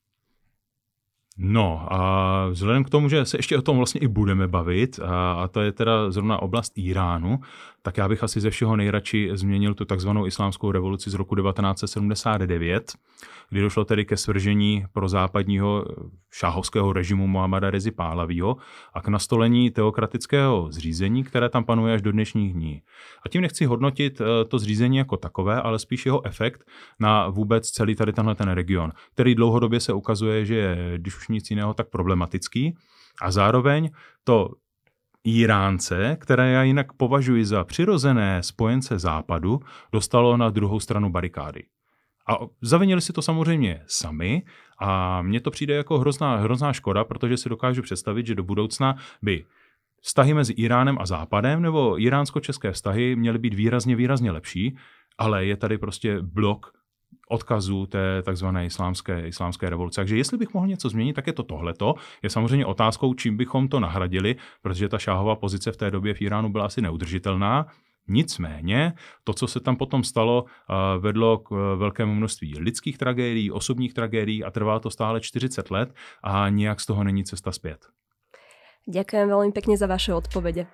No a vzhledem k tomu, že se ještě o tom vlastně i budeme bavit, a to je teda zrovna oblast Iránu, tak já bych asi ze všeho nejradši změnil tu takzvanou islámskou revoluci z roku 1979, kdy došlo tedy ke svržení prozápadního šáhovského režimu Mohammada Rezy Páhlavího a k nastolení teokratického zřízení, které tam panuje až do dnešních dní. A tím nechci hodnotit to zřízení jako takové, ale spíš jeho efekt na vůbec celý tady tenhle ten region, který dlouhodobě se ukazuje, že je, když už nic jiného, tak problematický. A zároveň to Iránce, které já jinak považuji za přirozené spojence Západu, dostalo na druhou stranu barikády. A zavinili si to samozřejmě sami a mně to přijde jako hrozná škoda, protože si dokážu představit, že do budoucna by vztahy mezi Iránem a Západem nebo iránsko-české vztahy měly být výrazně lepší, ale je tady prostě blok odkazů té takzvané islámské revoluce. Takže jestli bych mohl něco změnit, tak je to tohleto. Je samozřejmě otázkou, čím bychom to nahradili, protože ta šáhová pozice v té době v Iránu byla asi neudržitelná. Nicméně to, co se tam potom stalo, vedlo k velkému množství lidských tragédií, osobních tragédií a trvá to stále 40 let a nijak z toho není cesta zpět. Ďakujem veľmi pekne za vaše odpovede.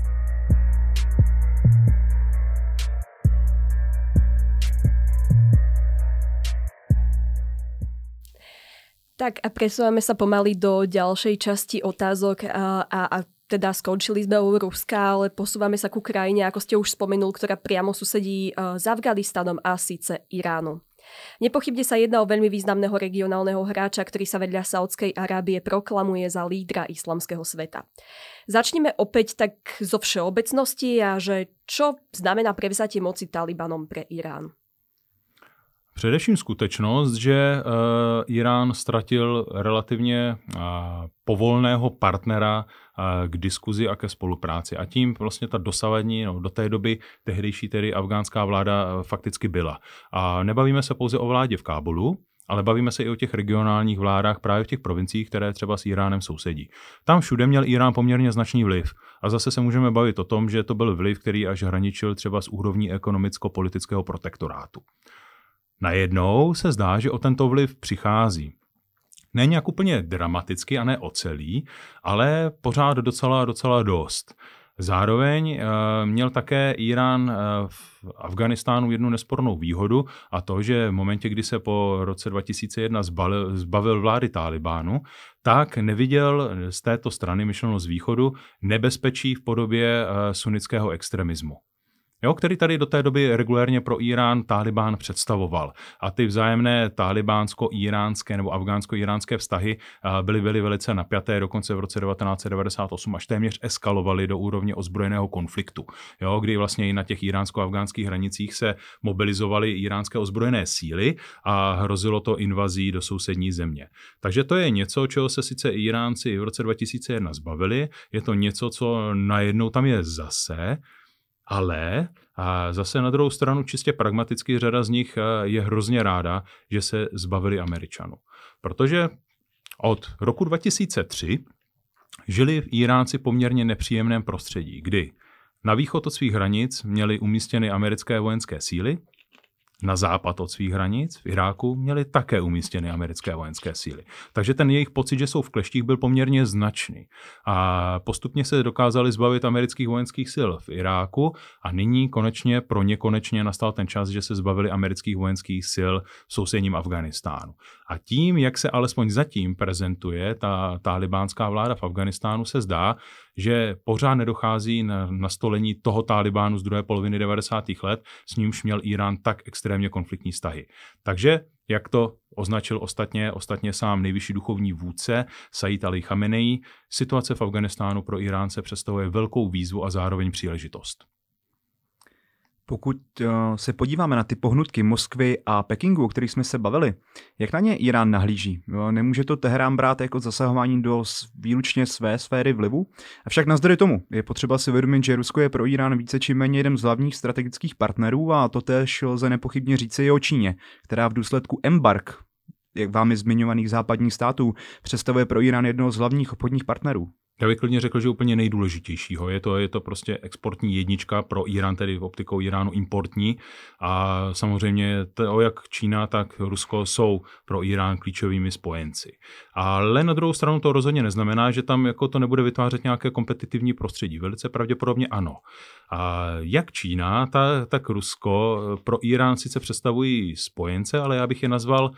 Tak a presúvame sa pomaly do ďalšej časti otázok a teda skončili sme u Ruska, ale posúvame sa ku krajine, ako ste už spomenul, ktorá priamo susedí s Afganistanom a síce Iránu. Nepochybne sa jedná o veľmi významného regionálneho hráča, ktorý sa vedľa Saúdskej Arábie proklamuje za lídra islamského sveta. Začneme opäť tak zo všeobecnosti a že čo znamená prevzatie moci Talibanom pre Irán? Především skutečnost, že Irán ztratil relativně povolného partnera k diskuzi a ke spolupráci. A tím vlastně ta dosavadní, do té doby tehdejší tedy afgánská vláda fakticky byla. A nebavíme se pouze o vládě v Kábulu, ale bavíme se i o těch regionálních vládách právě v těch provinciích, které třeba s Iránem sousedí. Tam všude měl Irán poměrně značný vliv. A zase se můžeme bavit o tom, že to byl vliv, který až hraničil třeba s úrovní ekonomicko-politického protektorátu. Najednou se zdá, že o tento vliv přichází. Ne nějak úplně dramaticky a ne o celý, ale pořád docela dost. Zároveň měl také Irán v Afghánistánu jednu nespornou výhodu a to, že v momentě, kdy se po roce 2001 zbavil vlády Tálibánu, tak neviděl z této strany, myšleno z východu, nebezpečí v podobě sunnického extremismu. Jo, který tady do té doby regulérně pro Irán Tálibán představoval. A ty vzájemné tálibánsko-iránské nebo afgánsko-iránské vztahy byly velice napjaté, dokonce v roce 1998 až téměř eskalovaly do úrovně ozbrojeného konfliktu. Jo, kdy vlastně i na těch iránsko-afgánských hranicích se mobilizovaly iránské ozbrojené síly a hrozilo to invazí do sousední země. Takže to je něco, čeho se sice Iránci v roce 2001 zbavili, je to něco, co najednou tam je zase, ale zase na druhou stranu čistě pragmaticky řada z nich je hrozně ráda, že se zbavili Američanů. Protože od roku 2003 žili Iránci poměrně nepříjemném prostředí, kdy na východ od svých hranic měli umístěny americké vojenské síly na západ od svých hranic v Iráku měly také umístěny americké vojenské síly. Takže ten jejich pocit, že jsou v kleštích, byl poměrně značný. A postupně se dokázali zbavit amerických vojenských sil v Iráku a nyní konečně nastal ten čas, že se zbavili amerických vojenských sil v sousedním Afghánistánu. A tím, jak se alespoň zatím prezentuje ta talibánská vláda v Afghánistánu, se zdá, že pořád nedochází na nastolení toho Talibánu z druhé poloviny 90. let, s nímž měl Irán tak extrémně konfliktní vztahy. Takže, jak to označil ostatně sám nejvyšší duchovní vůdce Sajid Ali Chamenei, situace v Afghánistánu pro Iránce představuje velkou výzvu a zároveň příležitost. Pokud se podíváme na ty pohnutky Moskvy a Pekingu, o kterých jsme se bavili, jak na ně Irán nahlíží? Nemůže to Teherán brát jako zasahování do výlučně své sféry vlivu? Avšak navzdory tomu je potřeba si uvědomit, že Rusko je pro Irán více či méně jeden z hlavních strategických partnerů a to též lze nepochybně říci i o Číně, která v důsledku embarg, jak vámi zmiňovaných západních států, představuje pro Irán jednoho z hlavních obchodních partnerů. Já bych klidně řekl, že úplně nejdůležitějšího. Je to prostě exportní jednička pro Irán, tedy optikou Iránu importní. A samozřejmě jak Čína, tak Rusko jsou pro Irán klíčovými spojenci. Ale na druhou stranu to rozhodně neznamená, že tam jako to nebude vytvářet nějaké kompetitivní prostředí. Velice pravděpodobně ano. A jak Čína, tak Rusko pro Irán sice představují spojence, ale já bych je nazval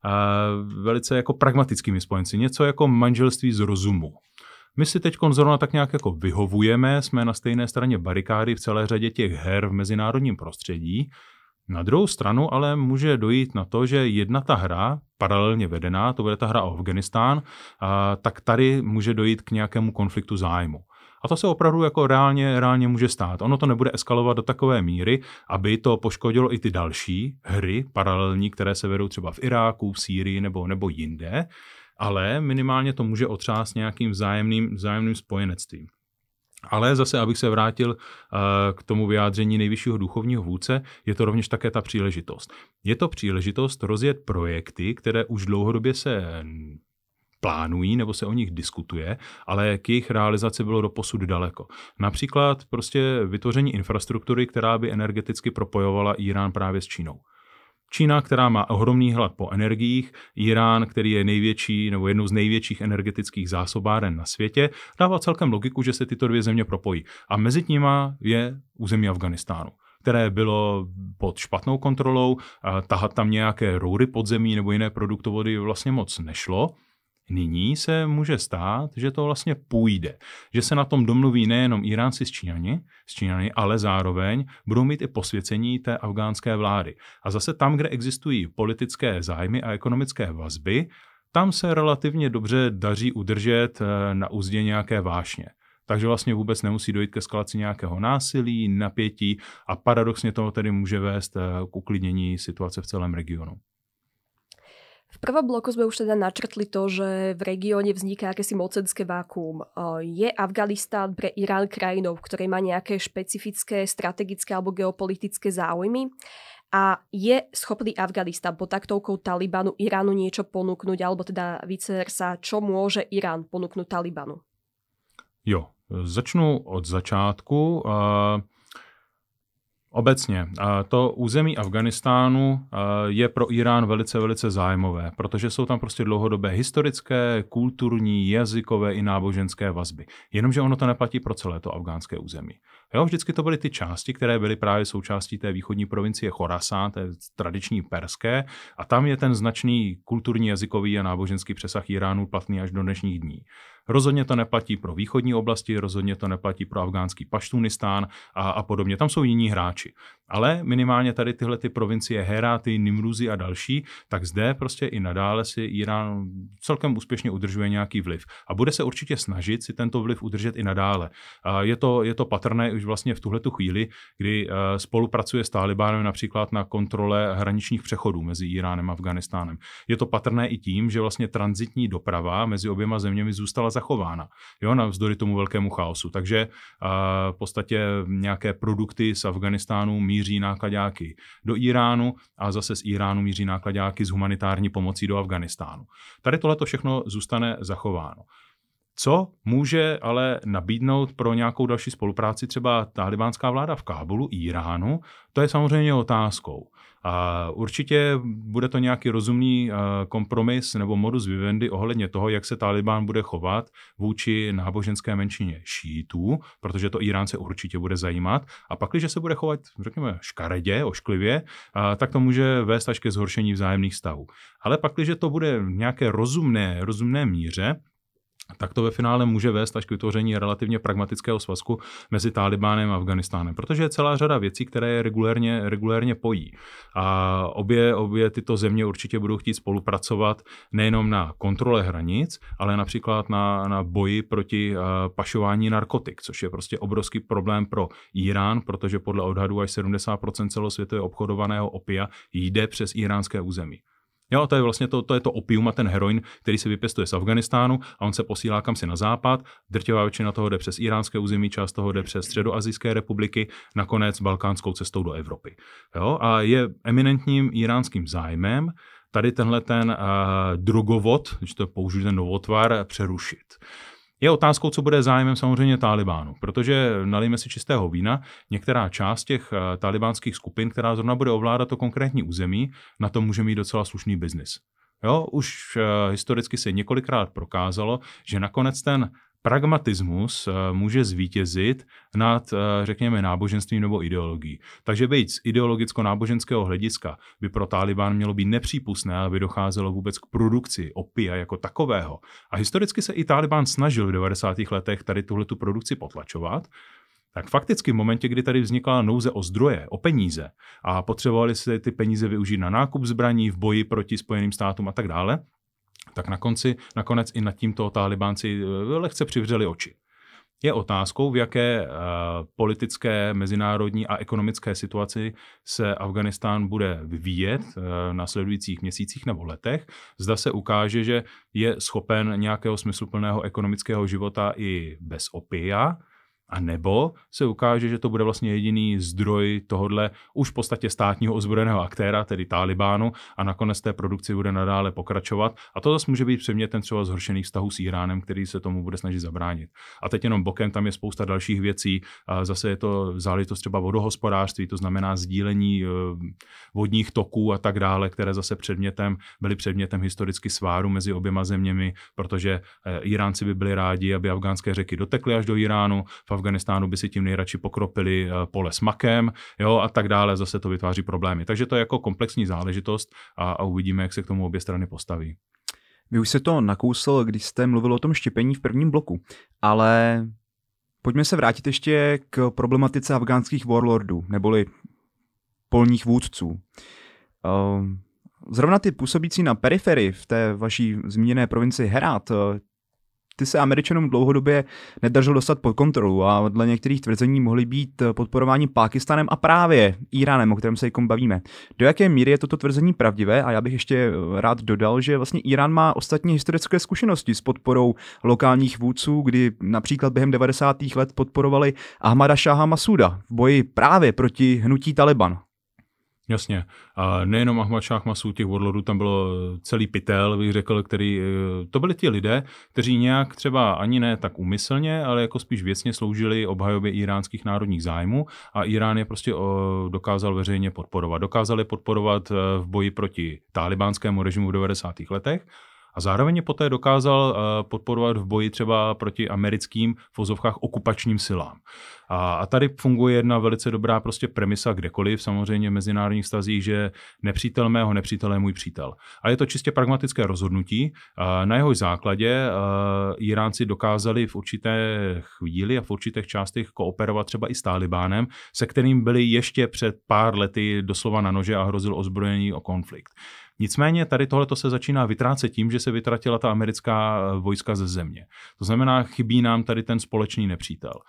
velice jako pragmatickými spojenci. Něco jako manželství z rozumu. My si teď zrovna tak nějak jako vyhovujeme, jsme na stejné straně barikády v celé řadě těch her v mezinárodním prostředí. Na druhou stranu ale může dojít na to, že jedna ta hra, paralelně vedená, to bude ta hra o Afghánistán, tak tady může dojít k nějakému konfliktu zájmu. A to se opravdu jako reálně může stát. Ono to nebude eskalovat do takové míry, aby to poškodilo i ty další hry paralelní, které se vedou třeba v Iráku, v Sýrii nebo jinde, ale minimálně to může otřást nějakým vzájemným spojenectvím. Ale zase, abych se vrátil k tomu vyjádření nejvyššího duchovního vůdce, je to rovněž také ta příležitost. Je to příležitost rozjet projekty, které už dlouhodobě se plánují nebo se o nich diskutuje, ale k jejich realizaci bylo doposud daleko. Například prostě vytvoření infrastruktury, která by energeticky propojovala Irán právě s Čínou. Čína, která má ohromný hlad po energiích, Irán, který je největší nebo jednou z největších energetických zásobáren na světě, dává celkem logiku, že se tyto dvě země propojí. A mezi nimi je území Afghánistánu, které bylo pod špatnou kontrolou, tahat tam nějaké roury podzemí nebo jiné produktovody vlastně moc nešlo. Nyní se může stát, že to vlastně půjde. Že se na tom domluví nejenom Iránci s Číňany, ale zároveň budou mít i posvěcení té afgánské vlády. A zase tam, kde existují politické zájmy a ekonomické vazby, tam se relativně dobře daří udržet na uzdě nějaké vášně. Takže vlastně vůbec nemusí dojít ke eskalaci nějakého násilí, napětí a paradoxně to tedy může vést k uklidnění situace v celém regionu. V prvom bloku sme už teda načrtli to, že v regióne vzniká akési mocenské vákuum. Je Afganistán pre Irán krajinou, v ktorej má nejaké špecifické strategické alebo geopolitické záujmy? A je schopný Afganistán pod taktovkou Talibanu Iránu niečo ponúknuť, alebo teda vice versa, čo môže Irán ponúknuť Talibanu? Jo, začnu od začátku. Obecně, to území Afghánistánu je pro Irán velice, velice zájmové, protože jsou tam prostě dlouhodobé historické, kulturní, jazykové i náboženské vazby. Jenomže ono to neplatí pro celé to afgánské území. Jo, vždycky to byly ty části, které byly právě součástí té východní provincie Chorasán, té tradiční perské, a tam je ten značný kulturní, jazykový a náboženský přesah Iránu platný až do dnešních dní. Rozhodně to neplatí pro východní oblasti, rozhodně to neplatí pro afgánský Paštunistán a podobně. Tam jsou jiní hráči. Ale minimálně tady tyhle ty provincie Heráty, Nimruzi a další, tak zde prostě i nadále si Irán celkem úspěšně udržuje nějaký vliv. A bude se určitě snažit si tento vliv udržet i nadále. Je to patrné už vlastně v tuhletu chvíli, kdy spolupracuje s Talibánem například na kontrole hraničních přechodů mezi Iránem a Afghánistánem. Je to patrné i tím, že vlastně tranzitní doprava mezi oběma zeměmi zůstala zachována. Jo, navzdory tomu velkému chaosu. Takže v podstatě nějaké produkty z Afghánistánu míří nákladáky do Iránu a zase z Iránu míří nákladáky s humanitární pomocí do Afghánistánu. Tady tohleto všechno zůstane zachováno. Co může ale nabídnout pro nějakou další spolupráci třeba talibánská vláda v Kábulu, Iránu, to je samozřejmě otázkou. A určitě bude to nějaký rozumný kompromis nebo modus vivendi ohledně toho, jak se Tálibán bude chovat vůči náboženské menšině šítů, protože to Iránce určitě bude zajímat. A pak, když se bude chovat, řekněme, škaredě, ošklivě, tak to může vést až ke zhoršení vzájemných vztahů. Ale pak, když to bude v nějaké rozumné míře, tak to ve finále může vést až k vytvoření relativně pragmatického svazku mezi Tálibánem a Afghánistánem, protože je celá řada věcí, které je regulérně pojí. A obě tyto země určitě budou chtít spolupracovat nejenom na kontrole hranic, ale například na boji proti pašování narkotik, což je prostě obrovský problém pro Irán, protože podle odhadů až 70% celosvětově obchodovaného opia jde přes iránské území. Jo, to je vlastně to je to opium a ten heroin, který se vypěstuje z Afghánistánu a on se posílá kamsi na západ. Drtivá většina toho jde přes iránské území, část toho jde přes středoasijské republiky, nakonec balkánskou cestou do Evropy. Jo, a je eminentním iránským zájmem tady tenhle drogovod, když to použiju ten novotvar, přerušit. Je otázkou, co bude zájmem samozřejmě Tálibánu, protože nalijme si čistého vína, některá část těch tálibánských skupin, která zrovna bude ovládat to konkrétní území, na to může mít docela slušný biznis. Jo, už historicky se několikrát prokázalo, že nakonec ten pragmatismus může zvítězit nad, řekněme, náboženstvím nebo ideologií. Takže být z ideologicko-náboženského hlediska by pro Tálibán mělo být nepřípustné, aby docházelo vůbec k produkci opia jako takového. A historicky se i Tálibán snažil v 90. letech tady tuhletu produkci potlačovat. Tak fakticky v momentě, kdy tady vznikla nouze o zdroje, o peníze a potřebovali se ty peníze využít na nákup zbraní v boji proti Spojeným státům a tak dále, tak nakonec i nad tímto Tálibánci lehce přivřeli oči. Je otázkou, v jaké politické, mezinárodní a ekonomické situaci se Afghánistán bude vyvíjet v následujících měsících nebo letech. Zda se ukáže, že je schopen nějakého smysluplného ekonomického života i bez opia, a nebo se ukáže, že to bude vlastně jediný zdroj tohodle už v podstatě státního ozbrojeného aktéra, tedy Tálibánu, a nakonec té produkci bude nadále pokračovat. A to zase může být předmětem třeba zhoršených vztahů s Iránem, který se tomu bude snažit zabránit. A teď jenom bokem tam je spousta dalších věcí. A zase je to záležitost třeba vodohospodářství, to znamená sdílení vodních toků a tak dále, které zase byly předmětem historicky sváru mezi oběma zeměmi, protože Iránci by byli rádi, aby afgánské řeky dotekly až do Iránu. V Afghánistánu by si tím nejradši pokropili pole s makem, jo, a tak dále, zase to vytváří problémy. Takže to je jako komplexní záležitost a uvidíme, jak se k tomu obě strany postaví. Vy už se to nakousl, když jste mluvil o tom štěpení v prvním bloku, ale pojďme se vrátit ještě k problematice afgánských warlordů, neboli polních vůdců. Zrovna ty působící na periferii v té vaší zmíněné provincii Herát, ty se Američanům dlouhodobě nedařilo dostat pod kontrolu a dle některých tvrzení mohly být podporováni Pákistánem a právě Iránem, o kterém se bavíme. Do jaké míry je toto tvrzení pravdivé? A já bych ještě rád dodal, že vlastně Irán má ostatně historické zkušenosti s podporou lokálních vůdců, kdy například během 90. let podporovali Ahmada Šáha Masúda v boji právě proti hnutí Taliban. Jasně. A nejenom Ahmad Šáh Masúd, těch warlordů tam bylo celý pytel, bych řekl, to byli ti lidé, kteří nějak třeba ani ne tak úmyslně, ale jako spíš věcně sloužili obhajobě iránských národních zájmů a Irán je prostě dokázal veřejně podporovat. Dokázal je podporovat v boji proti talibánskému režimu v 90. letech. A zároveň poté dokázal podporovat v boji třeba proti americkým v ozovkách okupačním silám. A tady funguje jedna velice dobrá prostě premisa kdekoliv, samozřejmě v mezinárodních vztazích, že nepřítel mého nepřítele je můj přítel. A je to čistě pragmatické rozhodnutí. Na jehož základě Iránci dokázali v určité chvíli a v určitých částech kooperovat třeba i s Tálibánem, se kterým byli ještě před pár lety doslova na nože a hrozil ozbrojený konflikt. Nicméně tady tohleto se začíná vytrácet tím, že se vytratila ta americká vojska ze země. To znamená, chybí nám tady ten společný nepřítel.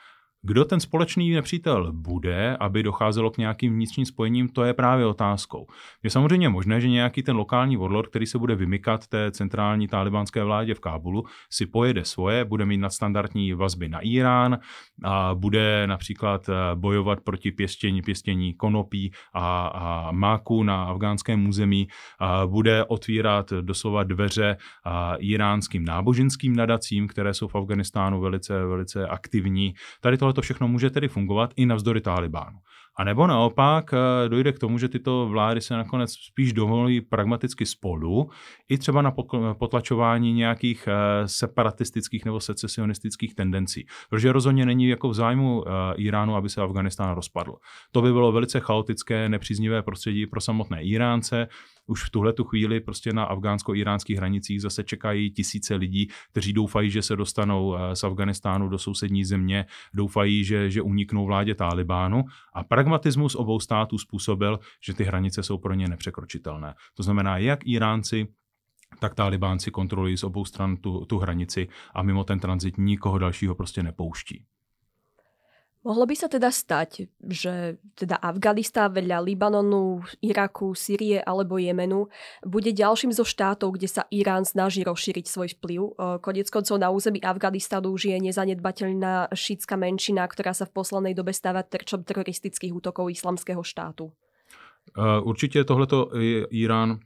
Kdo ten společný nepřítel bude, aby docházelo k nějakým vnitřním spojením, to je právě otázkou. Je samozřejmě možné, že nějaký ten lokální warlord, který se bude vymykat té centrální tálibánské vládě v Kábulu, si pojede svoje, bude mít nadstandardní vazby na Irán a bude například bojovat proti pěstění konopí a máku na afgánském území, a bude otvírat doslova dveře iránským náboženským nadacím, které jsou v Afghánistánu velice, velice aktivní. Tady tohle všechno může tedy fungovat i navzdory Tálibánu. A nebo naopak dojde k tomu, že tyto vlády se nakonec spíš dovolí pragmaticky spolu, i třeba na potlačování nějakých separatistických nebo secesionistických tendencí. Protože rozhodně není jako v zájmu Iránu, aby se Afghánistán rozpadl. To by bylo velice chaotické, nepříznivé prostředí pro samotné Iránce. Už v tuhletu chvíli prostě na afgánsko-iránských hranicích zase čekají tisíce lidí, kteří doufají, že se dostanou z Afghánistánu do sousední země, doufají, že uniknou vládě Tálibánu a pragmatismus obou států způsobil, že ty hranice jsou pro ně nepřekročitelné. To znamená, jak Iránci, tak Tálibánci kontrolují z obou stran tu hranici a mimo ten tranzit nikoho dalšího prostě nepouští. Mohlo by sa teda stať, že teda Afganistán vedľa Libanonu, Iraku, Sýrie alebo Jemenu bude ďalším zo štátov, kde sa Irán snaží rozšíriť svoj vplyv. Koniec koncov na území Afganistanu už je nezanedbateľná šítska menšina, ktorá sa v poslednej dobe stáva terčom teroristických útokov Islamského štátu. Určitě tohleto Irán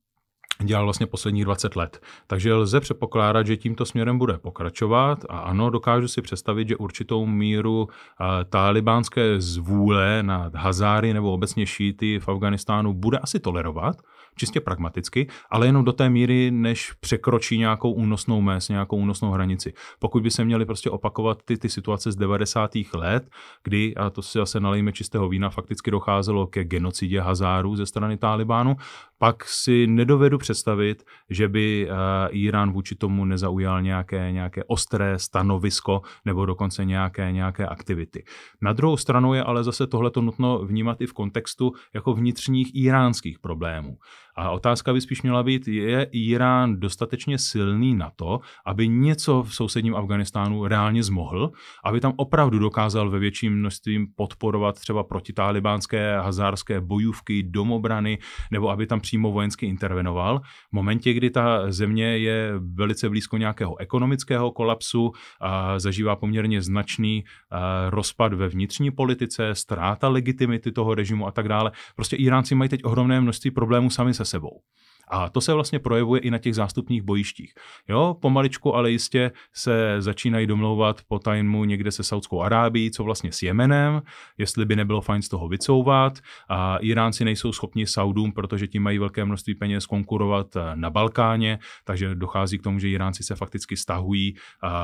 dělal vlastně posledních 20 let. Takže lze předpokládat, že tímto směrem bude pokračovat a ano, dokážu si představit, že určitou míru tálibánské zvůle na Hazáry nebo obecně šíty v Afghánistánu bude asi tolerovat, čistě pragmaticky, ale jenom do té míry, než překročí nějakou únosnou mez, nějakou únosnou hranici. Pokud by se měly prostě opakovat ty situace z 90. let, kdy, a to si zase nalejme čistého vína, fakticky docházelo ke genocidě Hazárů ze strany Tálibánu, pak si nedovedu představit, že by Irán vůči tomu nezaujal nějaké ostré stanovisko nebo dokonce nějaké aktivity. Na druhou stranu je ale zase tohleto nutno vnímat i v kontextu jako vnitřních iránských problémů. A otázka by spíš měla být, je Irán dostatečně silný na to, aby něco v sousedním Afghánistánu reálně zmohl, aby tam opravdu dokázal ve větším množství podporovat třeba protitálibánské hazárské bojůvky, domobrany, nebo aby tam přímo vojensky intervenoval. V momentě, kdy ta země je velice blízko nějakého ekonomického kolapsu, a zažívá poměrně značný rozpad ve vnitřní politice, ztráta legitimity toho režimu a tak dále. Prostě Iránci mají teď ohromné množství problémů sami se sebou. A to se vlastně projevuje i na těch zástupních bojištích. Jo, pomaličku, ale jistě se začínají domlouvat po tajmu někde se Saudskou Arábií, co vlastně s Jemenem, jestli by nebylo fajn z toho vycouvat. A Iránci nejsou schopni Saudům, protože ti mají velké množství peněz, konkurovat na Balkáně, takže dochází k tomu, že Iránci se fakticky stahují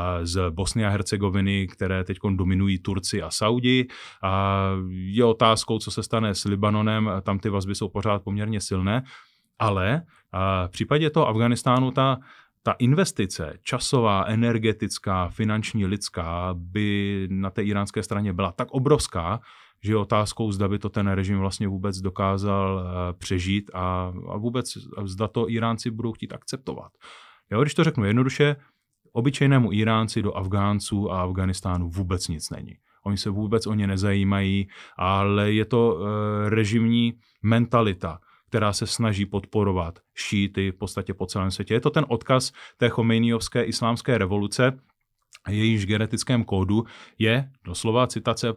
z Bosny a Hercegoviny, které teď dominují Turci a Saudi. A je otázkou, co se stane s Libanonem, tam ty vazby jsou pořád poměrně silné. Ale v případě toho Afghánistánu ta investice, časová, energetická, finanční, lidská, by na té iránské straně byla tak obrovská, že je otázkou, zda by to ten režim vlastně vůbec dokázal přežít a vůbec zda to Iránci budou chtít akceptovat. Jo, když to řeknu jednoduše, obyčejnému Iránci do Afgánců a Afghánistánu vůbec nic není. Oni se vůbec o ně nezajímají, ale je to režimní mentalita, která se snaží podporovat šíty v podstatě po celém světě. Je to ten odkaz té chomejnijovské islámské revoluce, jejíž genetickém kódu je doslova citace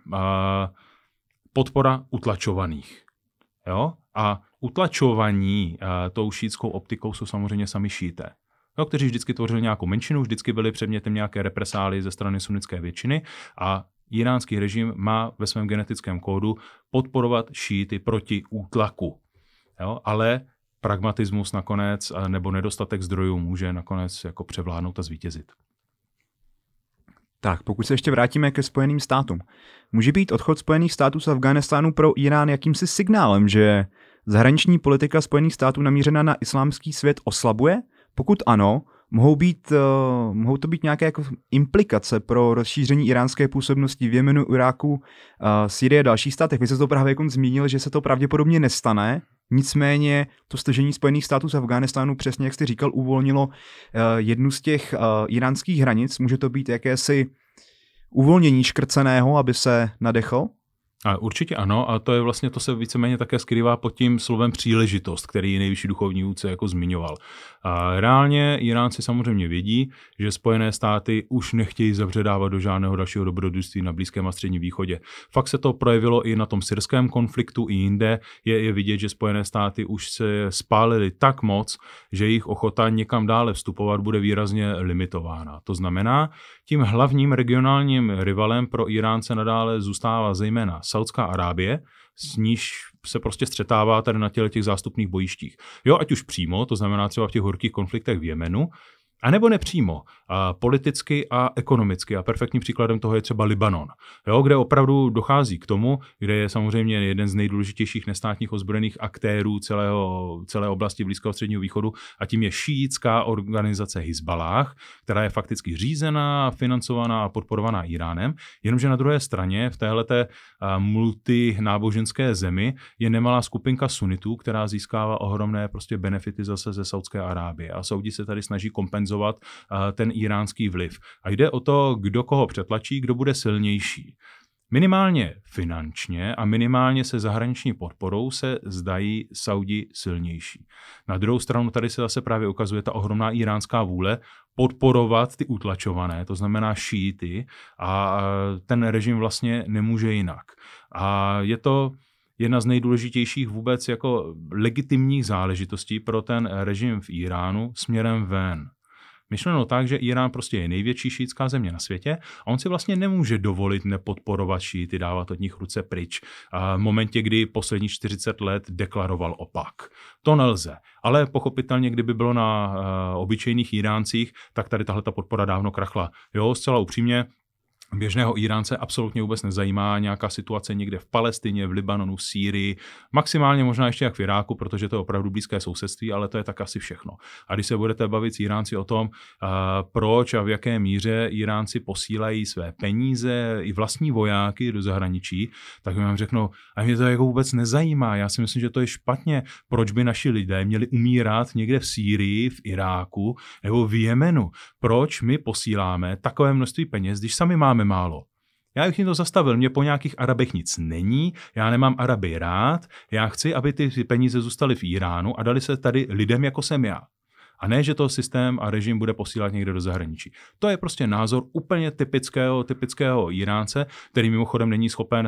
podpora utlačovaných. Jo? A utlačovaní tou šítskou optikou jsou samozřejmě sami šíté, jo, kteří vždycky tvořili nějakou menšinu, vždycky byli předmětem nějaké represálie ze strany sunnitské většiny a iránský režim má ve svém genetickém kódu podporovat šíty proti útlaku. Jo, ale pragmatismus nakonec nebo nedostatek zdrojů může nakonec jako převládnout a zvítězit. Tak, pokud se ještě vrátíme ke Spojeným státům. Může být odchod Spojených států z Afghánistánu pro Irán jakýmsi signálem, že zahraniční politika Spojených států namířená na islámský svět oslabuje? Pokud ano, mohou to být nějaké jako implikace pro rozšíření iránské působnosti v Jemenu, Iráku, Sýrii a dalších státech. Vy jste to právě jako zmínil, že se to pravděpodobně nestane. Nicméně to stažení Spojených států z Afghánistánu, přesně jak jste říkal, uvolnilo jednu z těch iránských hranic. Může to být jakési uvolnění škrceného, aby se nadechl? A určitě ano, a to je vlastně, to se víceméně také skrývá pod tím slovem příležitost, který nejvyšší duchovní vůdce jako zmiňoval. A reálně Iránci samozřejmě vědí, že Spojené státy už nechtějí zavředávat do žádného dalšího dobrodružství na Blízkém a Středním východě. Fakt se to projevilo i na tom syrském konfliktu, i jinde je vidět, že Spojené státy už se spálily tak moc, že jejich ochota někam dále vstupovat bude výrazně limitována. To znamená, tím hlavním regionálním rivalem pro Iránce nadále zůstává zejména Saudská Arábie, s níž se prostě střetává tady na těch zástupných bojištích. Jo, ať už přímo, to znamená třeba v těch horkých konfliktech v Jemenu, anebo nepřímo, politicky a ekonomicky. A perfektním příkladem toho je třeba Libanon, jo, kde opravdu dochází k tomu, kde je samozřejmě jeden z nejdůležitějších nestátních ozbrojených aktérů celé oblasti Blízkého Středního východu, a tím je šíitská organizace Hizballáh, která je fakticky řízená, financovaná a podporovaná Iránem, jenomže na druhé straně v téhleté multináboženské zemi je nemalá skupinka sunitů, která získává ohromné prostě benefity zase ze Saudské Arábie. A Saudi se tady snaží kompenzovat ten iránský vliv. A jde o to, kdo koho přetlačí, kdo bude silnější. Minimálně finančně a minimálně se zahraniční podporou se zdají Saudi silnější. Na druhou stranu tady se zase právě ukazuje ta ohromná iránská vůle podporovat ty utlačované, to znamená šíity, a ten režim vlastně nemůže jinak. A je to jedna z nejdůležitějších vůbec jako legitimních záležitostí pro ten režim v Iránu směrem ven. Myšleno tak, že Irán prostě je největší šíitská země na světě a on si vlastně nemůže dovolit nepodporovat šíity, dávat od nich ruce pryč v momentě, kdy posledních 40 let deklaroval opak. To nelze. Ale pochopitelně, kdyby bylo na obyčejných Iráncích, tak tady tahle podpora dávno krachla. Jo, zcela upřímně, běžného Iránce absolutně vůbec nezajímá nějaká situace někde v Palestině, v Libanonu, v Sýrii, maximálně možná ještě jak v Iráku, protože to je opravdu blízké sousedství, ale to je tak asi všechno. A když se budete bavit s Iránci o tom, proč a v jaké míře Iránci posílají své peníze i vlastní vojáky do zahraničí, tak vám řeknou, a mě to jako vůbec nezajímá. Já si myslím, že to je špatně. Proč by naši lidé měli umírat někde v Sýrii, v Iráku nebo v Jemenu? Proč my posíláme takové množství peněz, když sami máme málo? Já bych jim to zastavil, mě po nějakých Arabech nic není, já nemám Araby rád, já chci, aby ty peníze zůstaly v Iránu a dali se tady lidem, jako jsem já. A ne, že to systém a režim bude posílat někde do zahraničí. To je prostě názor úplně typického Iránce, který mimochodem není schopen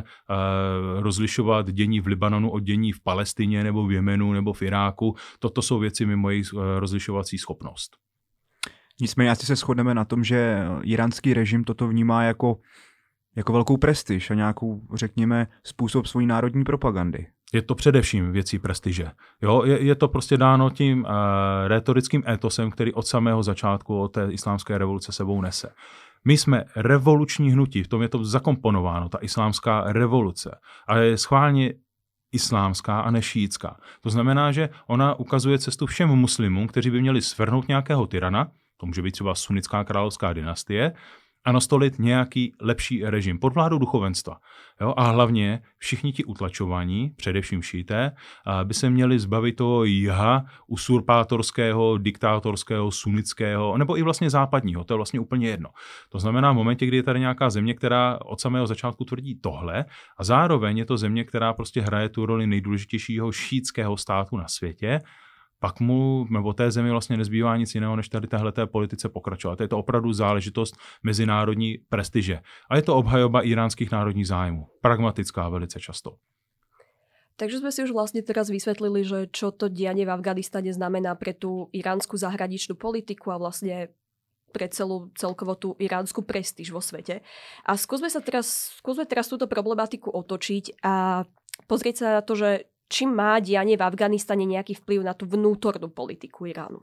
rozlišovat dění v Libanonu od dění v Palestině nebo v Jemenu nebo v Iráku. Toto jsou věci mimo jejich rozlišovací schopnost. Nicméně asi se shodneme na tom, že iránský režim toto vnímá jako velkou prestiž a nějakou, řekněme, způsob svojí národní propagandy. Je to především věcí prestiže. Jo, je to prostě dáno tím rétorickým étosem, který od samého začátku od té islámské revoluce sebou nese. My jsme revoluční hnutí, v tom je to zakomponováno, ta islámská revoluce. A je schválně islámská a ne šíitská. To znamená, že ona ukazuje cestu všem muslimům, kteří by měli svrhnout nějakého tyrana, to může být třeba sunnická královská dynastie, a nastolit nějaký lepší režim pod vládou duchovenstva. Jo? A hlavně všichni ti utlačovaní, především šíité, by se měli zbavit toho jha usurpátorského, diktátorského, sunnického, nebo i vlastně západního. To je vlastně úplně jedno. To znamená, v momentě, kdy je tady nějaká země, která od samého začátku tvrdí tohle, a zároveň je to země, která prostě hraje tu roli nejdůležitějšího šítského státu na světě, pak mu nebo té zemi vlastně nezbývá nic jiného, než tady téhleté politice pokračovat. Je to opravdu záležitost mezinárodní prestiže. A je to obhajoba iránskych národních zájmů. Pragmatická velice často. Takže sme si už vlastne teraz vysvetlili, že čo to dianie v Afganistane znamená pre tú iránsku zahraničnú politiku a vlastne pre celkovo tú iránsku prestíž vo svete. A skúsme teraz túto problematiku otočiť a pozrieť sa na to, že či má dianie v Afganistane nějaký vplyv na tu vnútornú politiku Iránu?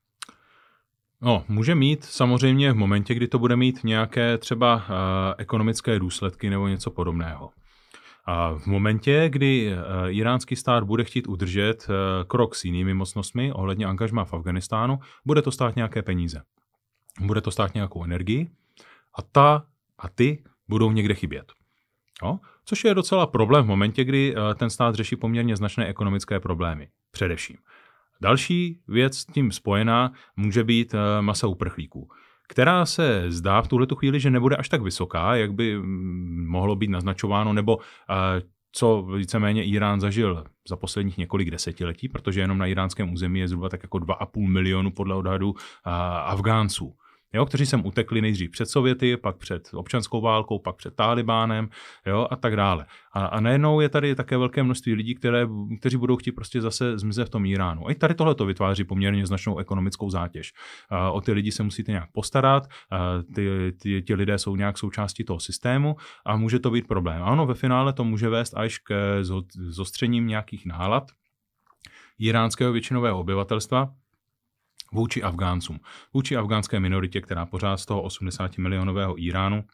No, může mít samozřejmě v momentě, kdy to bude mít nějaké třeba ekonomické důsledky nebo něco podobného. A v momentě, kdy iránský stát bude chtít udržet krok s jinými mocnostmi ohledně angažmá v Afganistánu, bude to stát nějaké peníze. Bude to stát nějakou energii a ta a ty budou někde chybět. No, což je docela problém v momentě, kdy ten stát řeší poměrně značné ekonomické problémy. Především. Další věc s tím spojená může být masa uprchlíků, která se zdá v tuhletu chvíli, že nebude až tak vysoká, jak by mohlo být naznačováno, nebo co víceméně Irán zažil za posledních několik desetiletí, protože jenom na iránském území je zhruba tak jako 2,5 milionu podle odhadu Afgánců. Jo, kteří sem utekli nejdřív před Sověty, pak před občanskou válkou, pak před Talibánem, jo, a tak dále. A najednou je tady také velké množství lidí, kteří budou chtít prostě zase zmizet v tom Iránu. A i tady tohle to vytváří poměrně značnou ekonomickou zátěž. O ty lidi se musíte nějak postarat, ti lidé jsou nějak součástí toho systému a může to být problém. A ono ve finále to může vést až k zostřením nějakých nálad iránského většinového obyvatelstva vůči Afgáncům, vůči afgánské minoritě, která pořád z toho 80 milionového Iránu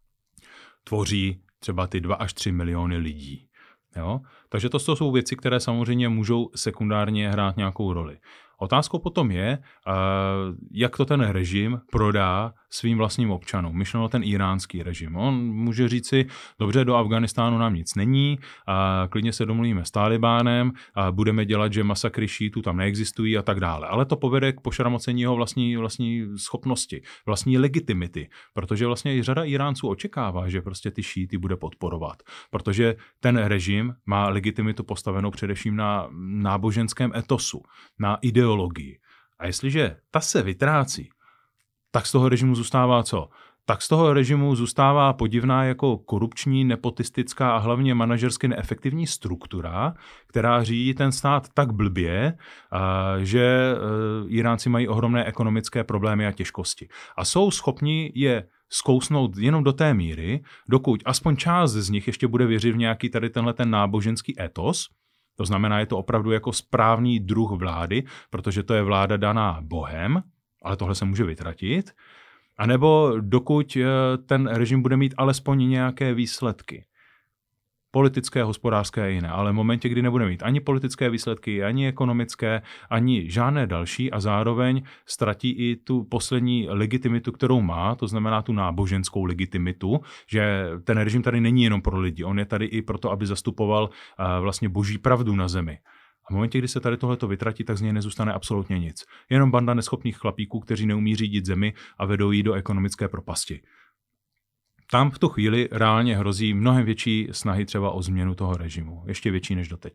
tvoří třeba ty 2 až 3 miliony lidí. Jo? Takže to jsou věci, které samozřejmě můžou sekundárně hrát nějakou roli. Otázkou potom je, jak to ten režim prodá svým vlastním občanům. Myšleno ten iránský režim. On může říci, dobře, do Afghánistánu nám nic není, klidně se domluvíme s Talibánem, budeme dělat, že masakry šítů tam neexistují a tak dále. Ale to povede k pošramocení jeho vlastní schopnosti, vlastní legitimity, protože vlastně i řada Iránců očekává, že prostě ty šíty bude podporovat, protože ten režim má legitimitu postavenou především na náboženském etosu, na ideologii. A jestliže ta se vytrácí, tak z toho režimu zůstává co? Tak z toho režimu zůstává podivná jako korupční, nepotistická a hlavně manažersky neefektivní struktura, která řídí ten stát tak blbě, že Iránci mají ohromné ekonomické problémy a těžkosti. A jsou schopni je zkousnout jenom do té míry, dokud aspoň část z nich ještě bude věřit v nějaký tady tenhle ten náboženský etos. To znamená, je to opravdu jako správný druh vlády, protože to je vláda daná Bohem, ale tohle se může vytratit. A nebo dokud ten režim bude mít alespoň nějaké výsledky. Politické, hospodářské a jiné. Ale v momentě, kdy nebude mít ani politické výsledky, ani ekonomické, ani žádné další a zároveň ztratí i tu poslední legitimitu, kterou má, to znamená tu náboženskou legitimitu, že ten režim tady není jenom pro lidi, on je tady i proto, aby zastupoval vlastně boží pravdu na zemi. A v momentě, kdy se tady tohleto vytratí, tak z něj nezůstane absolutně nic. Jenom banda neschopných chlapíků, kteří neumí řídit zemi a vedou ji do ekonomické propasti. Tam v tu chvíli reálně hrozí mnohem větší snahy třeba o změnu toho režimu. Ještě větší než doteď.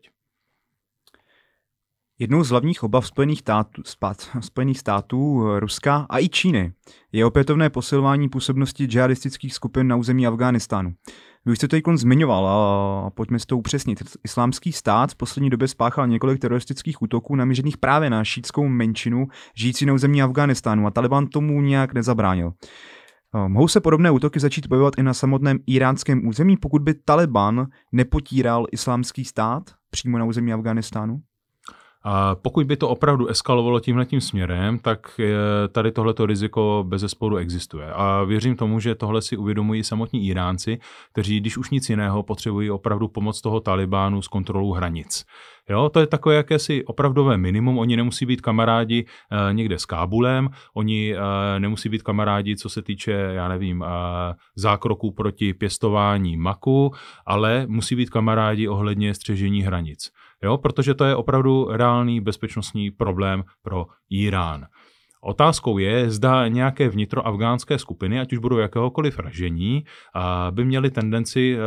Jednou z hlavních obav Spojených států, Ruska a i Číny je opětovné posilování působnosti džihadistických skupin na území Afghánistánu. Vy už jste to zmiňoval a pojďme si to upřesnit. Islámský stát v poslední době spáchal několik teroristických útoků namířených právě na šítskou menšinu žijící na území Afghánistánu a Taliban tomu nějak nezabránil. Mohou se podobné útoky začít objevovat i na samotném iránském území, pokud by Taliban nepotíral islámský stát přímo na území Afghánistánu? A pokud by to opravdu eskalovalo tímhletím směrem, tak tady tohleto riziko bezesporu existuje. A věřím tomu, že tohle si uvědomují samotní Iránci, kteří, když už nic jiného, potřebují opravdu pomoc toho Talibánu s kontrolou hranic. Jo, to je takové jakési opravdové minimum. Oni nemusí být kamarádi někde s Kábulem, oni nemusí být kamarádi, co se týče, já nevím, zákroků proti pěstování maku, ale musí být kamarádi ohledně střežení hranic. Jo, protože to je opravdu reálný bezpečnostní problém pro Irán. Otázkou je, zda nějaké vnitroafgánské skupiny, ať už budou jakéhokoliv ražení, by měly tendenci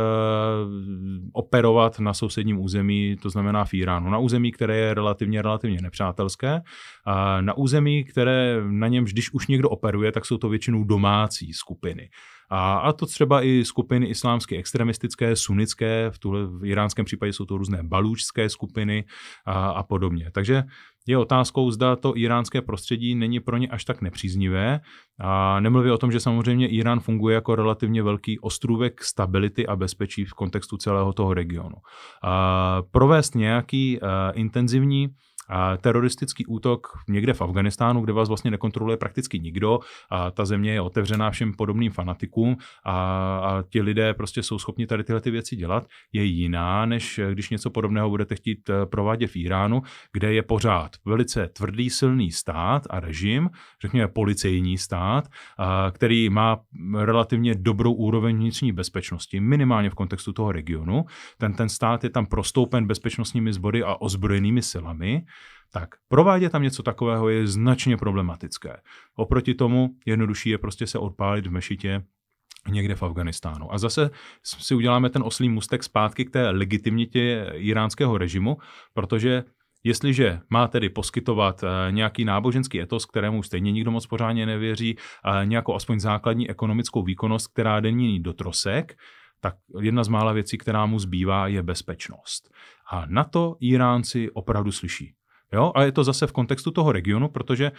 operovat na sousedním území, to znamená v Iránu. Na území, které je relativně nepřátelské, na území, které na němž, když už někdo operuje, tak jsou to většinou domácí skupiny. A to třeba i skupiny islámsky extremistické, sunnické, v iránském případě jsou to různé balúčské skupiny a podobně. Takže je otázkou, zda to iránské prostředí není pro ně až tak nepříznivé. A nemluví o tom, že samozřejmě Irán funguje jako relativně velký ostrůvek stability a bezpečí v kontextu celého toho regionu. Provést nějaký intenzivní teroristický útok někde v Afghánistánu, kde vás vlastně nekontroluje prakticky nikdo a ta země je otevřená všem podobným fanatikům a ti lidé prostě jsou schopni tady tyhle ty věci dělat, je jiná, než když něco podobného budete chtít provádět v Iránu, kde je pořád velice tvrdý, silný stát a režim, řekněme policejní stát, který má relativně dobrou úroveň vnitřní bezpečnosti, minimálně v kontextu toho regionu. Ten stát je tam prostoupen bezpečnostními sbory a ozbrojenými silami. tak provádět tam něco takového je značně problematické. Oproti tomu jednodušší je prostě se odpálit v mešitě někde v Afghánistánu. A zase si uděláme ten oslí můstek zpátky k té legitimitě iránského režimu, protože jestliže má tedy poskytovat nějaký náboženský etos, kterému už stejně nikdo moc pořádně nevěří, nějakou aspoň základní ekonomickou výkonnost, která není do trosek, tak jedna z mála věcí, která mu zbývá, je bezpečnost. A na to Iránci opravdu slyší. Jo? A je to zase v kontextu toho regionu, protože